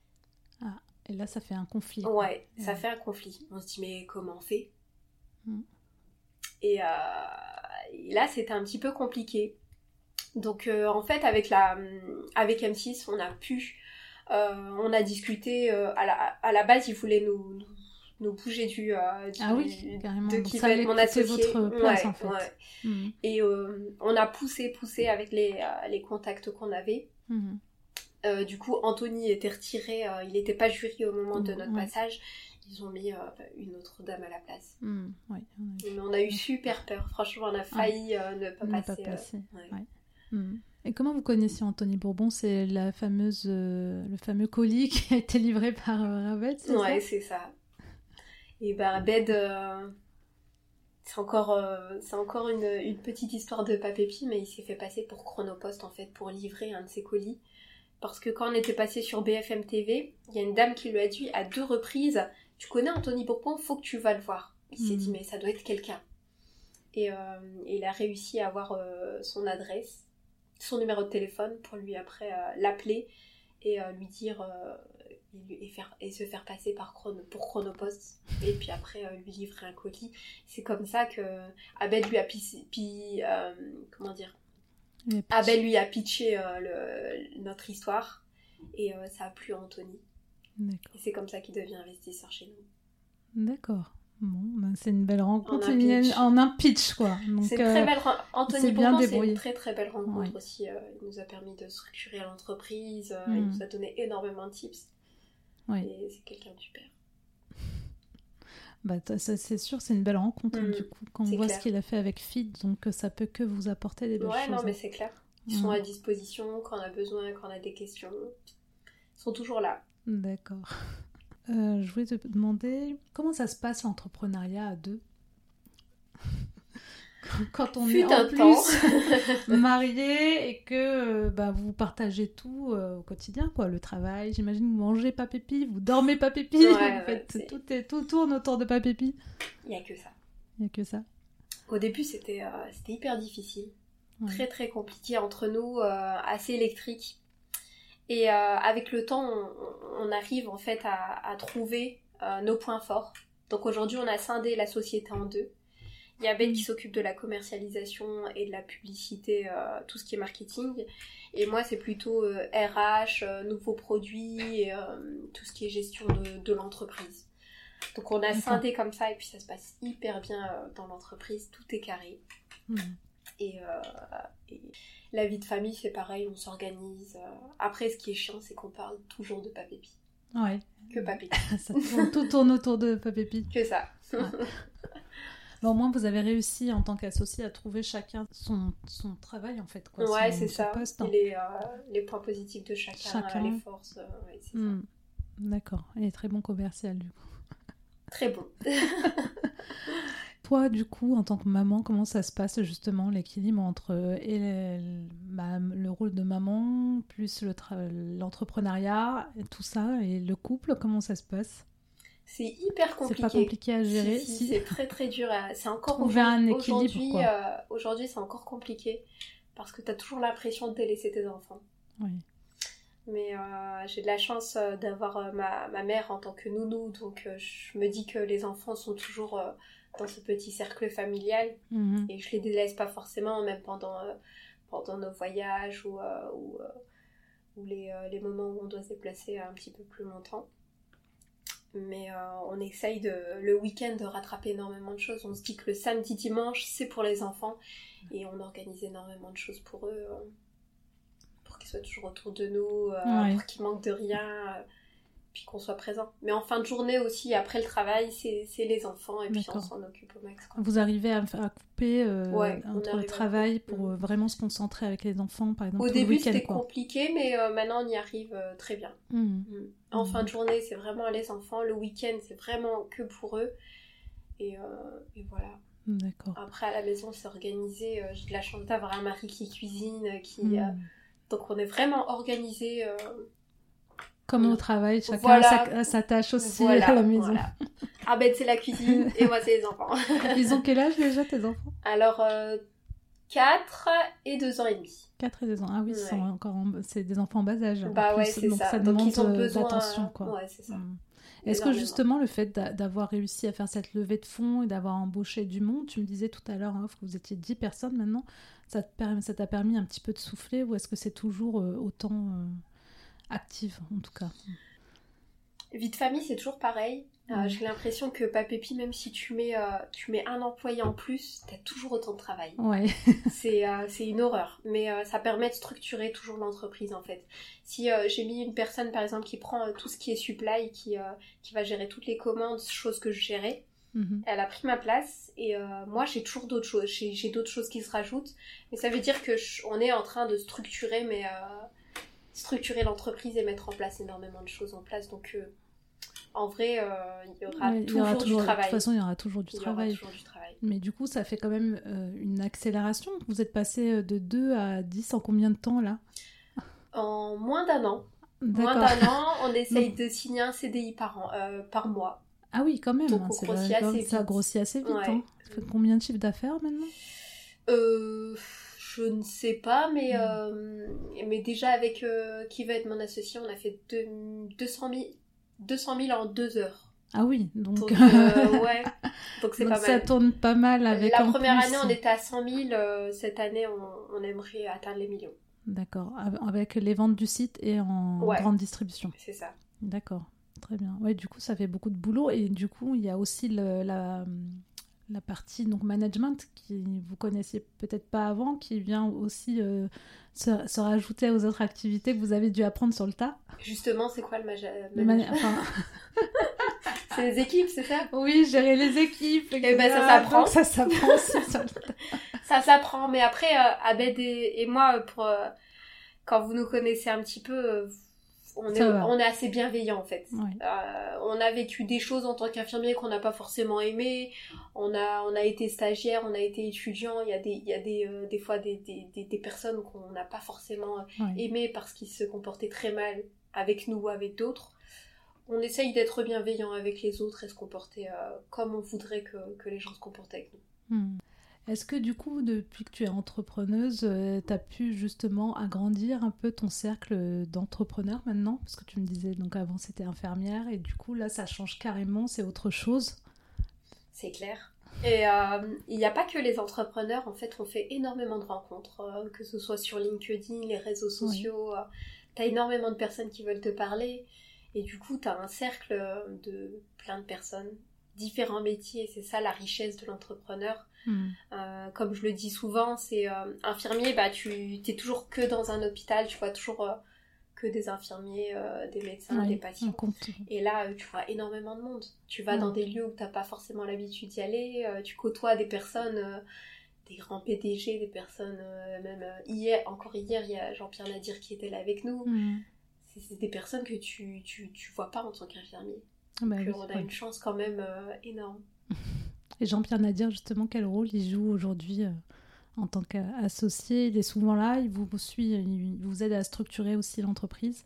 Ah et là ça fait un conflit. Ouais, ouais. Ça fait un conflit. On se dit mais comment on fait? mm. Et, euh, et là, c'était un petit peu compliqué. Donc, euh, en fait, avec, la, avec M six, on a pu... Euh, on a discuté... Euh, à, la, à la base, ils voulaient nous, nous, nous bouger du... Euh, du ah oui, carrément. De Donc qui ça va être mon associé. votre place, ouais, en fait. Ouais. Mmh. Et euh, on a poussé, poussé avec les, euh, les contacts qu'on avait. Mmh. Euh, du coup, Anthony était retiré. Euh, il n'était pas jury au moment mmh, de notre ouais. passage. Ils ont mis euh, une autre dame à la place. Mmh, ouais, on a... Mais on a eu super peur. Franchement, on a failli ah, euh, ne pas ne passer. Pas passer. Euh, ouais. Ouais. Mmh. Et comment vous connaissiez Anthony Bourbon? C'est la fameuse, euh, le fameux colis qui a été livré par euh, Abed, c'est ouais, ça? Ouais, c'est ça. Et ben Abed, euh, c'est encore, euh, c'est encore une, une petite histoire de Papépi, mais il s'est fait passer pour Chronopost en fait, pour livrer un de ses colis. Parce que quand on était passé sur B F M T V, il y a une dame qui lui a dit à deux reprises: tu connais Anthony Bourbon, faut que tu vas le voir. Il mmh. s'est dit mais ça doit être quelqu'un. Et, euh, et il a réussi à avoir euh, son adresse, son numéro de téléphone pour lui après euh, l'appeler et euh, lui dire euh, et, et, faire, et se faire passer par chrono, pour Chronopost et puis après euh, lui livrer un colis. C'est comme ça que Abed lui a pi, pi, euh, comment dire Abed lui a pitché euh, le, notre histoire et euh, ça a plu à Anthony. D'accord. Et c'est comme ça qu'il devient investisseur chez nous. D'accord. Bon, ben c'est une belle rencontre en un pitch, en un pitch quoi. Donc, c'est une très belle rencontre. Anthony Bourbon, c'est une très très belle rencontre ouais. aussi. Euh, il nous a permis de structurer l'entreprise, euh, mm. il nous a donné énormément de tips. Ouais. Et c'est quelqu'un de super. Bah, ça, c'est sûr, c'est une belle rencontre mm. du coup. Quand on voit clair. Ce qu'il a fait avec Feed, donc ça peut que vous apporter des belles ouais, choses. Ouais, non, mais c'est clair. Ils mm. sont à disposition quand on a besoin, quand on a des questions. Ils sont toujours là. D'accord. Euh, je voulais te demander comment ça se passe l'entrepreneuriat à deux quand on Fut est en temps. plus marié et que bah, vous partagez tout euh, au quotidien quoi, le travail, j'imagine vous mangez Papépi, vous dormez Papépi, ouais, vous ouais, faites, c'est... Tout, est, tout tourne autour de Papépi. Il n'y a que ça. Il n'y a que ça. Au début c'était, euh, c'était hyper difficile, ouais. très très compliqué entre nous, euh, assez électrique. Et euh, avec le temps, on, on arrive en fait à, à trouver euh, nos points forts. Donc aujourd'hui, on a scindé la société en deux. Il y a Ben qui s'occupe de la commercialisation et de la publicité, euh, tout ce qui est marketing. Et moi, c'est plutôt euh, R H, euh, nouveaux produits, et, euh, tout ce qui est gestion de, de l'entreprise. Donc on a scindé comme ça et puis ça se passe hyper bien euh, dans l'entreprise. Tout est carré. Mmh. Et, euh, et la vie de famille, c'est pareil, on s'organise. Après, ce qui est chiant, c'est qu'on parle toujours de Papépi. Ouais. Que Papépi. Ça tourne, tout tourne autour de Papépi. Que ça. Ouais. Bon, au moins, vous avez réussi, en tant qu'associé, à trouver chacun son, son travail, en fait. Quoi, ouais, son, c'est son ça. Poste, hein. Les, euh, les points positifs de chacun, chacun. Euh, les forces. Euh, ouais, c'est mmh. ça. D'accord. Il est très bon commercial, du coup. Très bon. Toi, du coup, en tant que maman, comment ça se passe justement l'équilibre entre et le, bah, le rôle de maman, plus le tra- l'entrepreneuriat, et tout ça, et le couple, comment ça se passe? C'est hyper compliqué. C'est pas compliqué à gérer. Si, si, si. C'est très très dur. À... C'est encore trouver un équilibre. Aujourd'hui, euh, aujourd'hui, c'est encore compliqué parce que t'as toujours l'impression de délaisser tes enfants. Oui. Mais euh, j'ai de la chance euh, d'avoir euh, ma, ma mère en tant que nounou, donc euh, je me dis que les enfants sont toujours euh, dans ce petit cercle familial Mmh. et je les délaisse pas forcément, même pendant, euh, pendant nos voyages ou, euh, ou, euh, ou les, euh, les moments où on doit se déplacer un petit peu plus longtemps. Mais euh, on essaye de, le week-end de rattraper énormément de choses. On se dit que le samedi, dimanche, c'est pour les enfants et on organise énormément de choses pour eux. Euh, pour qu'ils soient toujours autour de nous, euh, Ouais. pour qu'ils manquent de rien, euh, puis qu'on soit présent. Mais en fin de journée aussi, après le travail, c'est, c'est les enfants, et puis D'accord. on s'en occupe au max, quoi. Vous arrivez à, à couper euh, Ouais, on entre arrive le à travail couper. pour euh, vraiment se concentrer avec les enfants, par exemple, Au tout début, le week-end, c'était quoi. compliqué, mais euh, maintenant, on y arrive euh, très bien. Mmh. Mm. En Mmh. fin de journée, c'est vraiment les enfants. Le week-end, c'est vraiment que pour eux. Et, euh, et voilà. D'accord. Après, à la maison, c'est organisé. Euh, j'ai de la chance d'avoir un mari qui cuisine, euh, qui... Mmh. euh, donc, on est vraiment organisé. Euh, Comme on- au travail, chacun Voilà. a, sa, a sa tâche aussi Voilà, à la maison. voilà. Abed, c'est la cuisine et moi, c'est les enfants. Ils ont quel âge déjà, tes enfants? Alors, euh, quatre et deux ans et demi. quatre et deux ans. Ah oui, Ouais. ils sont encore en- c'est des enfants en bas âge. en Bah plus, ouais, c'est donc ça. ça Donc, demande ils ont euh, besoin... d'attention, quoi. Ouais, c'est ça. Mm. Est-ce que Énormément. justement le fait d'a- d'avoir réussi à faire cette levée de fonds et d'avoir embauché du monde, tu me disais tout à l'heure hein, que vous étiez dix personnes maintenant, ça te permet- ça t'a permis un petit peu de souffler ou est-ce que c'est toujours euh, autant euh, active en tout cas? Vie de famille, c'est toujours pareil. Euh, Mm. j'ai l'impression que Papépi, même si tu mets, euh, tu mets un employé en plus, t'as toujours autant de travail. Ouais. C'est, euh, c'est une horreur. Mais euh, ça permet de structurer toujours l'entreprise, en fait. Si euh, j'ai mis une personne, par exemple, qui prend euh, tout ce qui est supply, qui, euh, qui va gérer toutes les commandes, choses que je gérais, Mhm. elle a pris ma place. Et euh, moi, j'ai toujours d'autres choses. J'ai, j'ai d'autres choses qui se rajoutent. Mais ça veut dire que je- on est en train de structurer, mais... Euh, structurer l'entreprise et mettre en place énormément de choses en place. Donc... Euh, en vrai, euh, il y aura Ouais, il y toujours aura du toujours- travail. De toute façon, il y aura toujours du Il y travail. aura toujours du travail. Mais du coup, ça fait quand même euh, une accélération. Vous êtes passé de deux à dix en combien de temps là? En moins d'un an, moins D'accord. d'un an, on essaye Donc- de signer un C D I par an, euh, par mois. Ah oui, quand même. Donc, hein, on c'est grossit vrai, assez ça vite. grossit assez vite. Ouais. Hein. Ça fait combien de chiffres d'affaires maintenant? Euh, je ne sais pas, mais, Mm. euh, mais déjà avec euh, qui va être mon associé, on a fait deux- deux cent mille en deux heures. Ah oui, donc, Donc, euh, ouais, donc c'est donc pas ça mal. tourne pas mal avec La en première plus- année, on était à cent mille. euh, cette année, on, on aimerait atteindre les millions. D'accord, avec les ventes du site et en Ouais. grande distribution. C'est ça. D'accord, très bien. Ouais, du coup, ça fait beaucoup de boulot et du coup, il y a aussi le- la, la partie donc management qui vous connaissiez peut-être pas avant, qui vient aussi euh, se, se rajouter aux autres activités que vous avez dû apprendre sur le tas. Justement, c'est quoi le maja- Le man- management enfin, C'est les équipes, c'est ça? oui, gérer les équipes. Eh ben, ça et cetera. s'apprend. Donc, ça s'apprend aussi sur le tas. Ça s'apprend, mais après, euh, Abed et, et moi, pour, euh, quand vous nous connaissez un petit peu, euh, on, est, Ça va. on est assez bienveillants en fait. Ouais. Euh, on a vécu des choses en tant qu'infirmier qu'on n'a pas forcément aimé. On a, on a été stagiaire, on a été étudiant. Il y a des, il y a des, euh, des fois des, des, des, des personnes qu'on n'a pas forcément Ouais. aimées parce qu'ils se comportaient très mal avec nous ou avec d'autres. On essaye d'être bienveillant avec les autres et se comporter euh, comme on voudrait que, que les gens se comportent avec nous. Hmm. Est-ce que du coup, depuis que tu es entrepreneuse, euh, tu as pu justement agrandir un peu ton cercle d'entrepreneurs maintenant? Parce que tu me disais, donc avant c'était infirmière, et du coup là ça change carrément, c'est autre chose. C'est clair. Et euh, il n'y a pas que les entrepreneurs, en fait, on fait énormément de rencontres, euh, que ce soit sur LinkedIn, les réseaux sociaux. Euh, tu as énormément de personnes qui veulent te parler, et du coup, tu as un cercle de plein de personnes, différents métiers, c'est ça la richesse de l'entrepreneur. Hmm. Euh, comme je le dis souvent, c'est euh, infirmier, bah tu t'es toujours que dans un hôpital, tu vois toujours euh, que des infirmiers, euh, des médecins, Oui, des on patients. compte. Et là, euh, tu vois énormément de monde. Tu vas Mm. dans des lieux où t'as pas forcément l'habitude d'y aller, euh, tu côtoies des personnes, euh, des grands P D G, des personnes, euh, même euh, hier, encore hier, il y a Jean-Pierre Nadir qui était là avec nous. Hmm. C'est, c'est des personnes que tu, tu, tu vois pas en tant qu'infirmier. Bah Donc, oui, on a ouais. une chance quand même euh, énorme. Et Jean-Pierre Nadir, justement, quel rôle il joue aujourd'hui euh, en tant qu'associé? Il est souvent là, il vous suit, il vous aide à structurer aussi l'entreprise?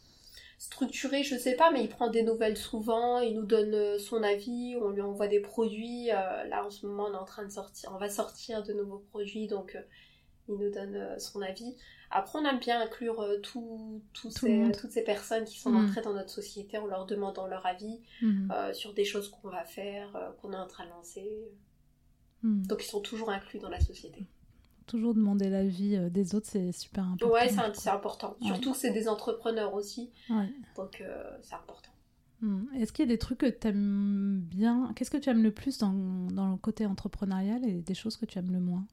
Structuré, je sais pas, mais il prend des nouvelles souvent, il nous donne euh, son avis, on lui envoie des produits. Euh, là, en ce moment, on est en train de sortir, on va sortir de nouveaux produits, donc euh, il nous donne euh, son avis. Après, on aime bien inclure euh, tout, tout Tout ces, le monde. toutes ces personnes qui sont Mm. entrées dans notre société en leur demandant leur avis Mhm. euh, sur des choses qu'on va faire, euh, qu'on est en train de lancer. Mhm. Donc, ils sont toujours inclus dans la société. Toujours demander l'avis euh, des autres, c'est super important. Ouais, c'est, je un- crois. c'est important. Ouais. Surtout que c'est des entrepreneurs aussi, Ouais. donc euh, c'est important. Hmm. Est-ce qu'il y a des trucs que tu aimes bien? Qu'est-ce que tu aimes le plus dans, dans le côté entrepreneurial et des choses que tu aimes le moins?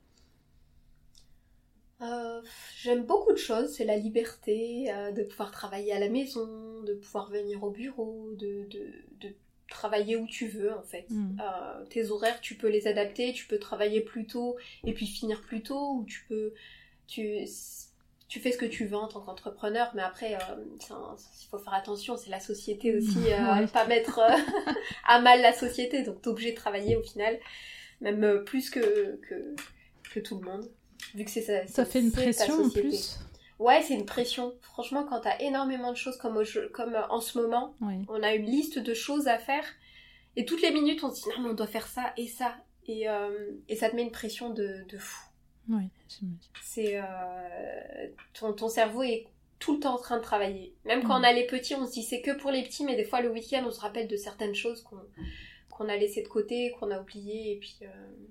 Euh, j'aime beaucoup de choses, c'est la liberté euh, de pouvoir travailler à la maison, de pouvoir venir au bureau, de, de, de travailler où tu veux en fait. Mm. Euh, tes horaires, tu peux les adapter, tu peux travailler plus tôt et puis finir plus tôt, ou tu peux... Tu, tu fais ce que tu veux en tant qu'entrepreneur, mais après, euh, c'est un- il faut faire attention, c'est la société aussi, euh, Ouais. pas mettre euh, à mal la société, donc t'es obligé de travailler au final, même euh, plus que, que, que tout le monde. Vu que c'est ça, Ça c'est- fait une c'est ta pression en société. plus? Ouais, c'est une pression. Franchement, quand t'as énormément de choses comme, au jeu- comme euh, en ce moment, Oui. on a une liste de choses à faire et toutes les minutes on se dit non mais on doit faire ça et ça et, euh, et ça te met une pression de, de fou. Oui, j'imagine. C'est euh, ton, ton cerveau est tout le temps en train de travailler. Même quand Mm. on a les petits, on se dit c'est que pour les petits, mais des fois le week-end on se rappelle de certaines choses qu'on qu'on a laissées de côté, qu'on a oubliées et puis... Euh...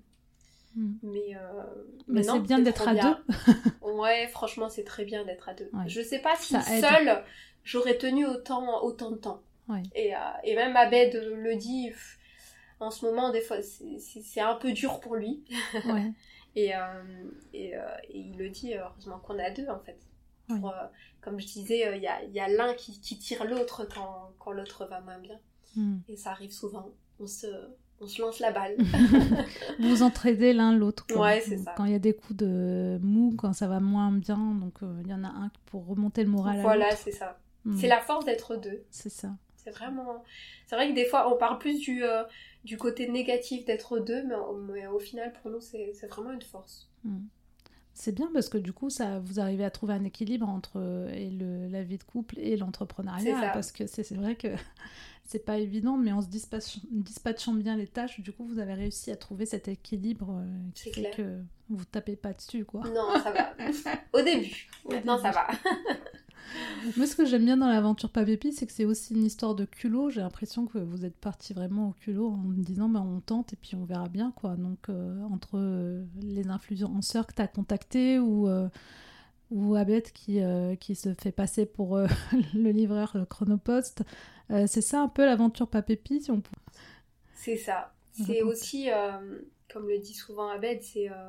Mm. Mais, euh, Mais non, c'est bien d'être trop à bien. deux. Ouais, franchement, c'est très bien d'être à deux. Ouais. Je sais pas si Ça aide. seule, j'aurais tenu autant, autant de temps. Ouais. Et, euh, et même Abed le dit, pff, en ce moment, des fois, c'est, c'est, c'est un peu dur pour lui. Ouais. Et, euh, et, euh, et il le dit, heureusement qu'on est à deux, en fait. Pour, Ouais. euh, comme je disais, il y, a, y a l'un qui, qui tire l'autre quand, quand l'autre va moins bien. Mm. Et ça arrive souvent. On se... On se lance la balle. Vous vous entraidez l'un l'autre, quoi. Ouais, c'est ça. Quand il y a des coups de mou, quand ça va moins bien, donc euh, il y en a un pour remonter le moral Voilà, à l'autre. c'est ça. Mm. C'est la force d'être deux. C'est ça. C'est vraiment... C'est vrai que des fois, on parle plus du, euh, du côté négatif d'être deux, mais, mais au final, pour nous, c'est, c'est vraiment une force. Mm. C'est bien parce que du coup, ça, vous arrivez à trouver un équilibre entre euh, et le, la vie de couple et l'entrepreneuriat. C'est ça. Parce que c'est, c'est vrai que c'est pas évident, mais en se dispatch, dispatchant bien les tâches, du coup, vous avez réussi à trouver cet équilibre euh, qui C'est fait clair. que vous tapez pas dessus, quoi. Non, ça va. Au début. Au Maintenant, début. ça va. Moi, ce que j'aime bien dans l'aventure Papépi, c'est que c'est aussi une histoire de culot. J'ai l'impression que vous êtes parti vraiment au culot en me disant bah, on tente et puis on verra bien, quoi. Donc, euh, entre euh, les influenceurs que tu as contactés ou, euh, ou Abed qui, euh, qui se fait passer pour euh, le livreur euh, Chronopost, euh, c'est ça un peu l'aventure Papépi, si on peut... C'est ça. C'est Raconte. aussi, euh, comme le dit souvent Abed, c'est, euh,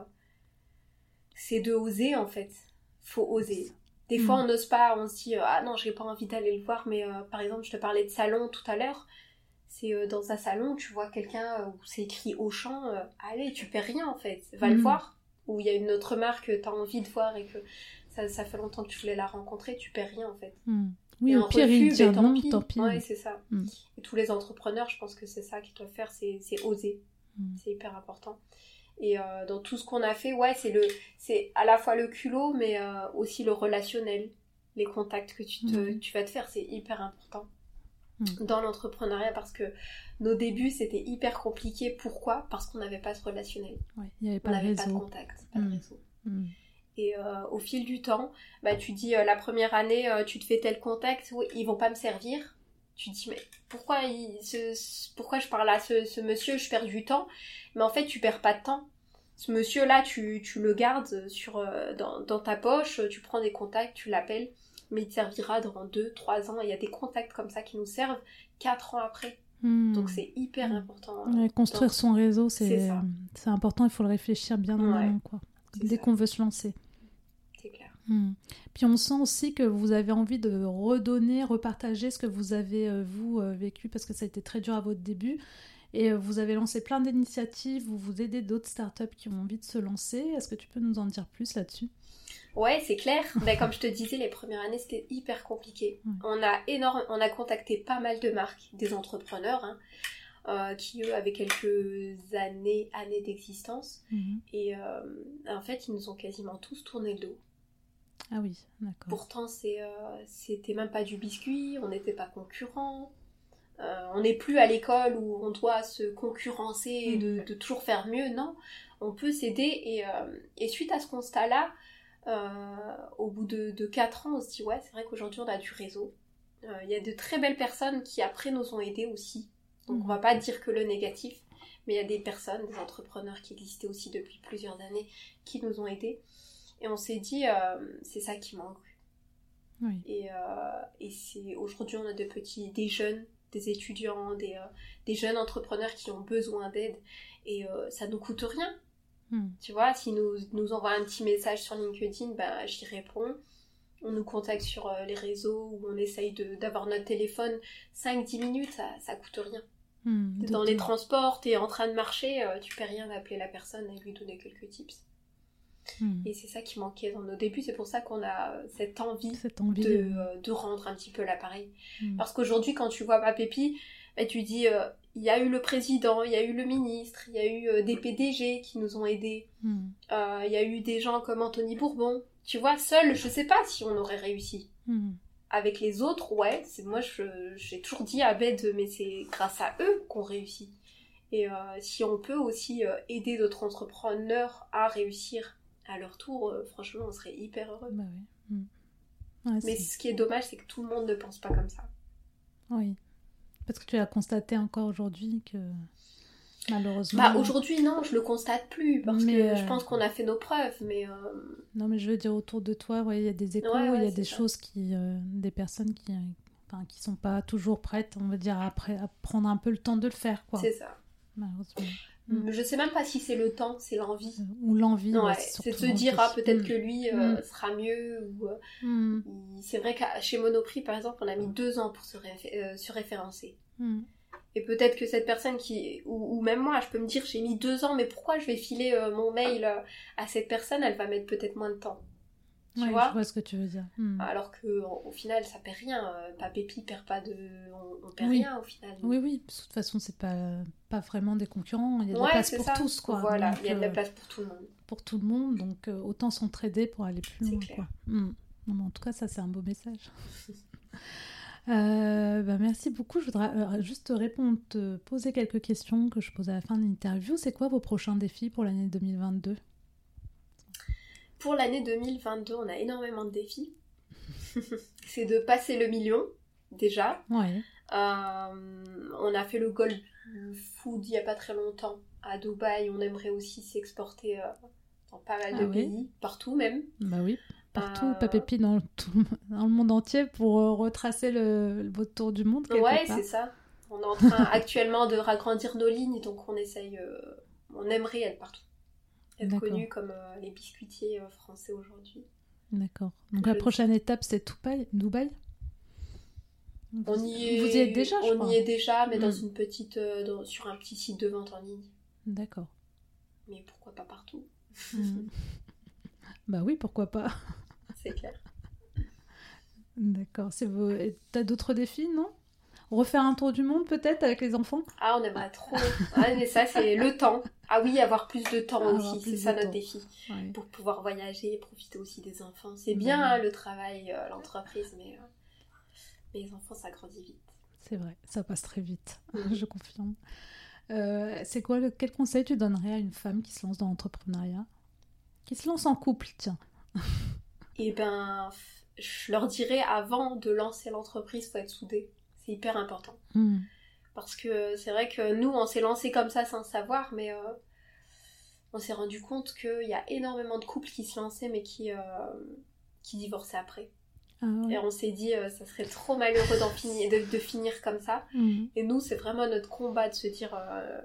c'est de oser, en fait. Faut oser. Des fois, Mm. on n'ose pas, on se dit, euh, ah non, j'ai pas envie d'aller le voir, mais euh, par exemple, je te parlais de salon tout à l'heure, c'est euh, dans un salon, tu vois quelqu'un euh, où c'est écrit Auchan, euh, allez, tu perds rien, en fait, va le Mm. voir, ou il y a une autre marque que t'as envie de voir et que ça, ça fait longtemps que tu voulais la rencontrer, tu perds rien, en fait. Mm. Oui, Et au un pire, refus, il dit ben, tant non, pis. tant pis. Ouais, c'est ça. Mm. Et tous les entrepreneurs, je pense que c'est ça qu'ils doivent faire, c'est, c'est oser. Mm. C'est hyper important. Et euh, dans tout ce qu'on a fait, ouais, c'est, le, c'est à la fois le culot, mais euh, aussi le relationnel. Les contacts que tu, te, Mm. tu vas te faire, c'est hyper important Mm. dans l'entrepreneuriat parce que nos débuts, c'était hyper compliqué. Pourquoi ? Parce qu'on n'avait pas ce relationnel. Ouais, il n'y avait On pas de n'avait pas de réseau. contact, pas de Mm. réseau. Mm. Et euh, au fil du temps, bah, tu dis, euh, la première année, euh, tu te fais tel contact, oui, ils vont pas me servir. Tu te dis, mais pourquoi, il, ce, ce- pourquoi je parle à ce, ce monsieur, je perds du temps. Mais en fait, tu perds pas de temps. Ce monsieur-là, tu, tu le gardes sur, euh, dans, dans ta poche, tu prends des contacts, tu l'appelles, mais il te servira dans deux, trois ans. Il y a des contacts comme ça qui nous servent quatre ans après. Mm. Donc c'est hyper Mm. important. Ouais, construire Donc, son réseau, c'est, c'est ça. c'est important, il faut le réfléchir bien en Ouais, amont, quoi. c'est Dès ça. qu'on veut se lancer. C'est clair. Hmm. Puis on sent aussi que vous avez envie de redonner, repartager ce que vous avez, euh, vous, euh, vécu, parce que ça a été très dur à votre début. Et euh, vous avez lancé plein d'initiatives, vous vous aidez d'autres startups qui ont envie de se lancer. Est-ce que tu peux nous en dire plus là-dessus ? Ouais, c'est clair. Ben, comme je te disais, les premières années, c'était hyper compliqué. Ouais. On a énorme, on a contacté pas mal de marques, des entrepreneurs, hein, euh, qui eux avaient quelques années, années d'existence. Mhm. Et euh, en fait, ils nous ont quasiment tous tourné le dos. Ah oui, d'accord. Pourtant, c'est, euh, c'était même pas du biscuit, on n'était pas concurrents. Euh, on n'est plus à l'école où on doit se concurrencer et de, de toujours faire mieux. Non, on peut s'aider. Et, euh, et suite à ce constat-là, Euh, au bout de, de quatre ans, on se dit ouais, c'est vrai qu'aujourd'hui on a du réseau. Il euh, y a de très belles personnes qui après nous ont aidés aussi. Donc mmh. on va pas dire que le négatif, mais il y a des personnes, des entrepreneurs qui existaient aussi depuis plusieurs années qui nous ont aidés. Et on s'est dit, euh, c'est ça qui manque. Oui. Et, euh, et c'est, aujourd'hui, on a des petits, des jeunes, des étudiants, des, euh, des jeunes entrepreneurs qui ont besoin d'aide. Et euh, ça nous coûte rien. Mm. Tu vois, s'ils nous, nous envoient un petit message sur LinkedIn, ben, j'y réponds. On nous contacte sur euh, les réseaux où on essaye de, d'avoir notre téléphone. cinq dix minutes, ça, ça coûte rien. Mm, Dans les transports, t'es en train de marcher, euh, tu paies rien d'appeler la personne et lui donner quelques tips. Mm. Et c'est ça qui manquait dans nos débuts. C'est pour ça qu'on a cette envie, cette envie de, de... de rendre un petit peu l'appareil. Mm. Parce qu'aujourd'hui, quand tu vois Papépi, bah, tu dis, il euh, y a eu le président, il y a eu le ministre, il y a eu euh, des P D G qui nous ont aidés. Il mm. euh, y a eu des gens comme Anthony Bourbon. Tu vois, seul, je sais pas si on aurait réussi. Mm. Avec les autres, ouais, c'est, moi je, j'ai toujours dit à Abed, mais c'est grâce à eux qu'on réussit. Et euh, si on peut aussi euh, aider d'autres entrepreneurs à réussir à leur tour, euh, franchement, on serait hyper heureux. Bah oui. Mmh. Ouais, mais c'est... ce qui est dommage, c'est que tout le monde ne pense pas comme ça. Oui, parce que tu as constaté encore aujourd'hui que malheureusement... Bah aujourd'hui, non, je le constate plus, parce mais que euh... je pense qu'on a fait nos preuves, mais... Euh... Non, mais je veux dire, autour de toi, ouais, il y a des échos, ouais, ouais, il y a des ça. choses qui... Euh, des personnes qui... Euh, enfin, qui sont pas toujours prêtes, on va dire, à, après, à prendre un peu le temps de le faire, quoi. C'est ça. Malheureusement. Mm. Je sais même pas si c'est le temps, c'est l'envie. Ou l'envie, ouais, ouais, c'est de se dire, ah, peut-être mm. que lui euh, mm. sera mieux. Ou, euh, mm. il... C'est vrai que chez Monoprix, par exemple, on a mis deux ans pour se, ré... euh, se référencer. Mm. Et peut-être que cette personne qui... Ou, ou même moi, je peux me dire, j'ai mis deux ans, mais pourquoi je vais filer euh, mon mail euh, à cette personne? Elle va mettre peut-être moins de temps. Tu ouais, vois, je vois ce que tu veux dire. Hmm. Alors qu'au final, ça perd rien. Papépi perd pas de... On, on perd oui. rien, au final. Oui, oui. Parce que de toute façon, c'est pas, pas vraiment des concurrents. Il y a de ouais, la place pour ça. tous, quoi. Voilà, donc, il y a de la place pour tout le monde. Pour tout le monde, donc euh, autant s'entraider pour aller plus c'est loin, clair. quoi. Hmm. Non, en tout cas, ça, c'est un beau message. euh, bah, merci beaucoup. Je voudrais euh, juste te répondre, te poser quelques questions que je pose à la fin de l'interview. C'est quoi vos prochains défis pour l'année deux mille vingt-deux ? Pour l'année deux mille vingt-deux, on a énormément de défis. C'est de passer le million, déjà. Ouais. Euh, on a fait le Gold Food il n'y a pas très longtemps à Dubaï. On aimerait aussi s'exporter euh, dans pas mal ah de oui. pays, partout même. Bah oui, partout, euh... Papépi dans, dans le monde entier pour euh, retracer le, le, votre tour du monde. Ouais, part. c'est ça. On est en train actuellement de ragrandir nos lignes, donc on essaye, euh, on aimerait être partout. Être D'accord. connus comme euh, les biscuitiers euh, français aujourd'hui. D'accord. Donc Je la prochaine dis. étape, c'est Dubaï, Dubaï vous, on y est, vous y êtes déjà, je On crois. y est déjà, mais mmh. dans une petite, euh, dans, sur un petit site de vente en ligne. D'accord. Mais pourquoi pas partout mmh. Bah oui, pourquoi pas. C'est clair. D'accord. C'est vos... T'as d'autres défis, non ? Refaire un tour du monde peut-être avec les enfants ? Ah, on aimerait trop. Ah, mais ça, c'est le temps. Ah oui, avoir plus de temps ah, aussi, c'est ça notre temps. défi. Ouais. Pour pouvoir voyager et profiter aussi des enfants. C'est bien ouais. hein, le travail, euh, l'entreprise, mais, euh, mais les enfants, ça grandit vite. C'est vrai, ça passe très vite, mmh. je confirme. Euh, c'est quoi, le, quel conseil tu donnerais à une femme qui se lance dans l'entrepreneuriat ? Qui se lance en couple, tiens. Eh ben, je leur dirais, avant de lancer l'entreprise, il faut être soudés. C'est hyper important. Mmh. Parce que c'est vrai que nous, on s'est lancé comme ça sans savoir, mais euh, on s'est rendu compte qu'il y a énormément de couples qui se lançaient, mais qui, euh, qui divorçaient après. Ah ouais. Et on s'est dit, euh, ça serait trop malheureux d'en finir, de, de finir comme ça. Mmh. Et nous, c'est vraiment notre combat de se dire, euh,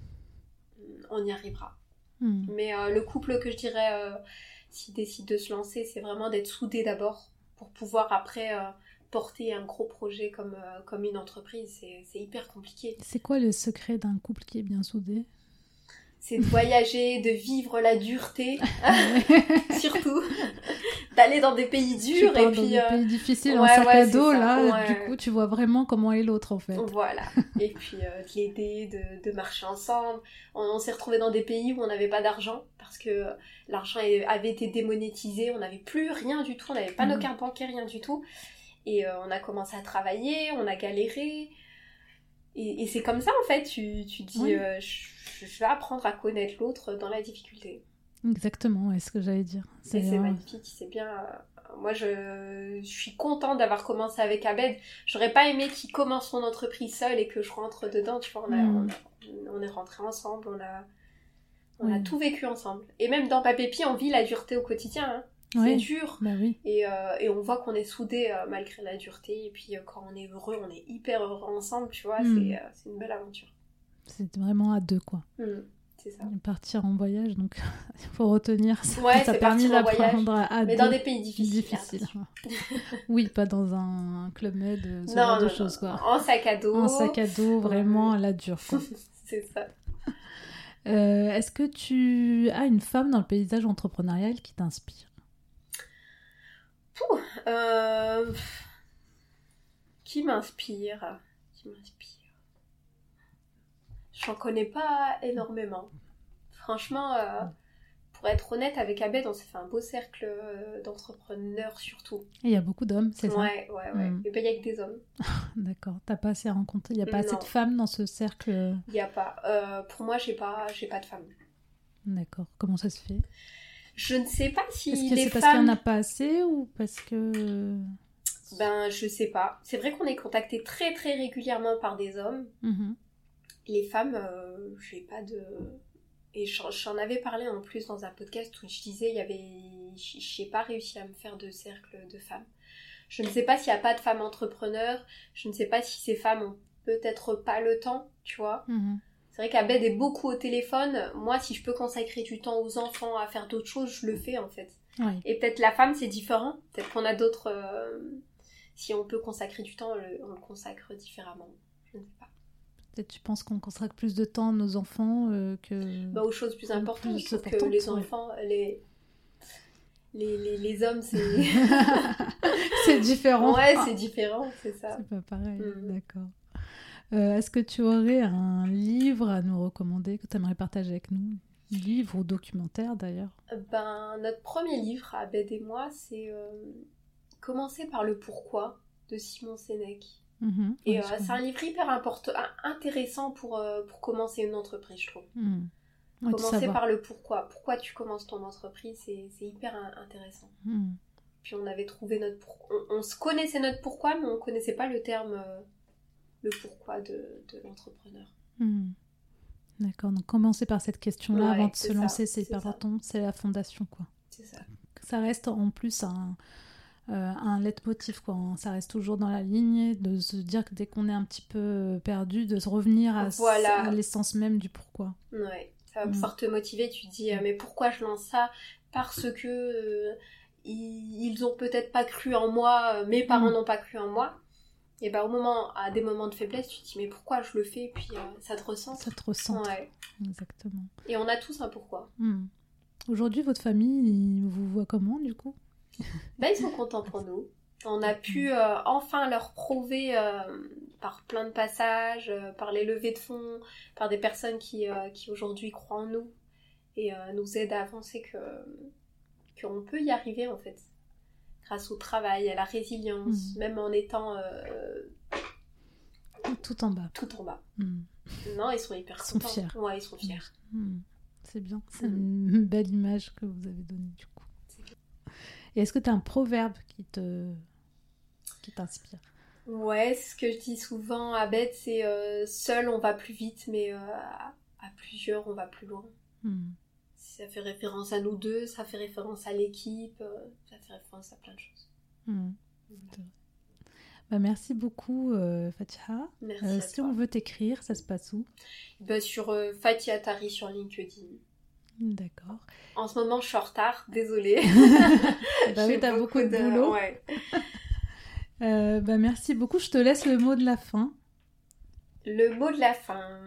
on y arrivera. Mmh. Mais euh, le couple que je dirais, euh, s'il décide de se lancer, c'est vraiment d'être soudé d'abord, pour pouvoir après... Euh, porter un gros projet comme, euh, comme une entreprise, c'est, c'est hyper compliqué. C'est quoi le secret d'un couple qui est bien soudé ? C'est de voyager, de vivre la dureté, surtout, d'aller dans des pays durs. Tu et dans puis, des euh... pays difficiles, ouais, en sac ouais, à dos, là, ouais. du coup, tu vois vraiment comment est l'autre, en fait. Voilà, et puis euh, de l'aider, de, de marcher ensemble. On, on s'est retrouvés dans des pays où on n'avait pas d'argent, parce que l'argent avait été démonétisé, on n'avait plus rien du tout, on n'avait pas mmh. nos cartes bancaires, rien du tout. Et euh, on a commencé à travailler, on a galéré. Et, et c'est comme ça, en fait, tu, tu dis, oui. euh, je, je vais apprendre à connaître l'autre dans la difficulté. Exactement, est ce que j'allais dire. C'est, c'est magnifique, c'est bien. Euh, moi, je, je suis contente d'avoir commencé avec Abed. J'aurais pas aimé qu'il commence son entreprise seul et que je rentre dedans. Tu vois, on, a, mmh. on, a, on est rentrés ensemble, on a, on oui. a tout vécu ensemble. Et même dans Papépi, on vit la dureté au quotidien. Hein. C'est ouais. dur. Bah oui. Et, euh, et on voit qu'on est soudés euh, malgré la dureté. Et puis euh, quand on est heureux, on est hyper heureux ensemble. Tu vois, mmh. c'est, euh, c'est une belle aventure. C'est vraiment à deux, quoi. Mmh. C'est ça. Partir en voyage, donc il faut retenir ça. Ouais, ça c'est permis d'apprendre à mais deux. dans des pays difficiles. difficiles. Oui, pas dans un club med, ce non, genre non, de choses, quoi. En sac à dos. En sac à dos, vraiment à la dure, quoi. C'est ça. Euh, est-ce que tu as une femme dans le paysage entrepreneurial qui t'inspire? Pouh, euh... Qui m'inspire Qui m'inspire J'en connais pas énormément. Franchement, euh, pour être honnête, avec Abed, on s'est fait un beau cercle euh, d'entrepreneurs surtout. Et il y a beaucoup d'hommes, c'est ça? Ouais, ouais, ouais. Mm. Et bien, il n'y a que des hommes. D'accord. T'as pas assez rencontré, il n'y a pas non. assez de femmes dans ce cercle? Il n'y a pas. Euh, pour moi, j'ai pas, j'ai pas de femmes. D'accord. Comment ça se fait? Je ne sais pas si Est-ce que les c'est femmes... parce qu'il n'y en a pas assez ou parce que... Ben, je sais pas. C'est vrai qu'on est contacté très, très régulièrement par des hommes. Mm-hmm. Les femmes, euh, j'ai pas de... Et j'en avais parlé en plus dans un podcast où je disais, il y avait... j'ai pas réussi à me faire de cercle de femmes. Je ne sais pas s'il n'y a pas de femmes entrepreneurs, je ne sais pas si ces femmes ont peut-être pas le temps, tu vois. Mm-hmm. C'est vrai qu'Abed est beaucoup au téléphone. Moi, si je peux consacrer du temps aux enfants, à faire d'autres choses, je le fais en fait. Oui. Et peut-être la femme, c'est différent. Peut-être qu'on a d'autres... Euh... Si on peut consacrer du temps, on le, on le consacre différemment. Je ne sais pas. Peut-être tu penses qu'on consacre plus de temps à nos enfants euh, que... Bah, aux choses plus importantes. Plus je trouve importantes, que les ouais. enfants, les... Les, les, les hommes, c'est... c'est différent. Ouais, c'est différent, c'est ça. C'est pas pareil, mmh. D'accord. Euh, est-ce que tu aurais un livre à nous recommander que tu aimerais partager avec nous? Livre ou documentaire d'ailleurs? Ben, notre premier livre, Abed et moi, c'est euh, Commencer par le pourquoi de Simon Sénèque. Mmh, et ouais, euh, c'est un livre hyper important, intéressant pour, euh, pour commencer une entreprise, je trouve. Mmh. Ouais, commencer par le pourquoi. Pourquoi tu commences ton entreprise, c'est, c'est hyper intéressant. Mmh. Puis on avait trouvé notre pourquoi. On, on se connaissait notre pourquoi, mais on ne connaissait pas le terme, euh, le pourquoi de, de l'entrepreneur. Mmh. D'accord, donc commencer par cette question-là ouais, avant de se ça, lancer, c'est, c'est hyper important. C'est la fondation, quoi. C'est ça. Ça reste en plus un... Euh, un leitmotiv, quoi. Ça reste toujours dans la ligne, de se dire que dès qu'on est un petit peu perdu, de se revenir à, voilà. à l'essence même du pourquoi. Ouais, ça va mmh. pouvoir te motiver. Tu te dis, euh, mais pourquoi je lance ça? Parce que euh, ils, ils ont peut-être pas cru en moi, mes parents mmh. n'ont pas cru en moi. Et ben bah, au moment, à des moments de faiblesse, tu te dis, mais pourquoi je le fais? Et puis euh, ça te ressent. Ça te ressent. Ouais. Exactement. Et on a tous un pourquoi. Mmh. Aujourd'hui, votre famille, ils vous voient comment, du coup? Ben, ils sont contents pour nous. On a pu euh, enfin leur prouver euh, par plein de passages, euh, par les levées de fonds, par des personnes qui, euh, qui aujourd'hui croient en nous et euh, nous aident à avancer que, qu'on peut y arriver en fait. Grâce au travail, à la résilience, mmh. même en étant euh, tout en bas. Tout en bas. Mmh. Non, ils sont hyper ils contents. Sont fiers. Ouais, ils sont fiers. Mmh. C'est bien. C'est mmh. une belle image que vous avez donnée du coup. Et est-ce que tu as un proverbe qui, te... qui t'inspire? Ouais, ce que je dis souvent à Abed, c'est euh, seul on va plus vite, mais euh, à, à plusieurs on va plus loin. Mm. Ça fait référence à nous deux, ça fait référence à l'équipe, euh, ça fait référence à plein de choses. Mm. Ouais. Bah, merci beaucoup euh, Fatiha. Merci euh, à si toi. on veut t'écrire, ça se passe où? Bah, sur euh, Fatia Tari sur LinkedIn. D'accord. En ce moment, je suis en retard, désolée. Bah oui, t'as beaucoup, beaucoup de boulot. Ouais. euh, bah merci beaucoup. Je te laisse le mot de la fin. Le mot de la fin.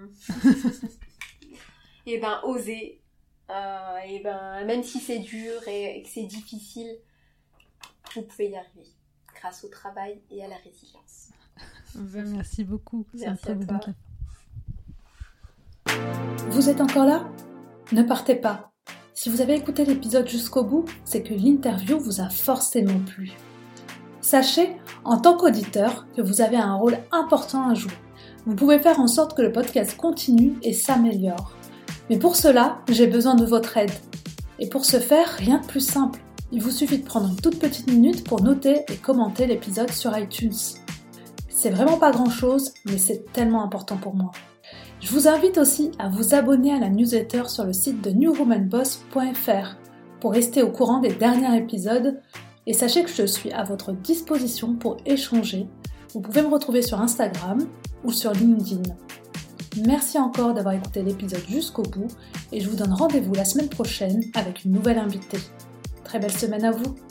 Eh ben, oser. Euh, et ben, même si c'est dur et, et que c'est difficile, vous pouvez y arriver. Grâce au travail et à la résilience. Bah, merci beaucoup. Merci à toi. Vous êtes encore là ? Ne partez pas. Si vous avez écouté l'épisode jusqu'au bout, c'est que l'interview vous a forcément plu. Sachez, en tant qu'auditeur, que vous avez un rôle important à jouer. Vous pouvez faire en sorte que le podcast continue et s'améliore. Mais pour cela, j'ai besoin de votre aide. Et pour ce faire, rien de plus simple. Il vous suffit de prendre une toute petite minute pour noter et commenter l'épisode sur iTunes. C'est vraiment pas grand chose, mais c'est tellement important pour moi. Je vous invite aussi à vous abonner à la newsletter sur le site de new woman boss point f r pour rester au courant des derniers épisodes et sachez que je suis à votre disposition pour échanger. Vous pouvez me retrouver sur Instagram ou sur LinkedIn. Merci encore d'avoir écouté l'épisode jusqu'au bout et je vous donne rendez-vous la semaine prochaine avec une nouvelle invitée. Très belle semaine à vous!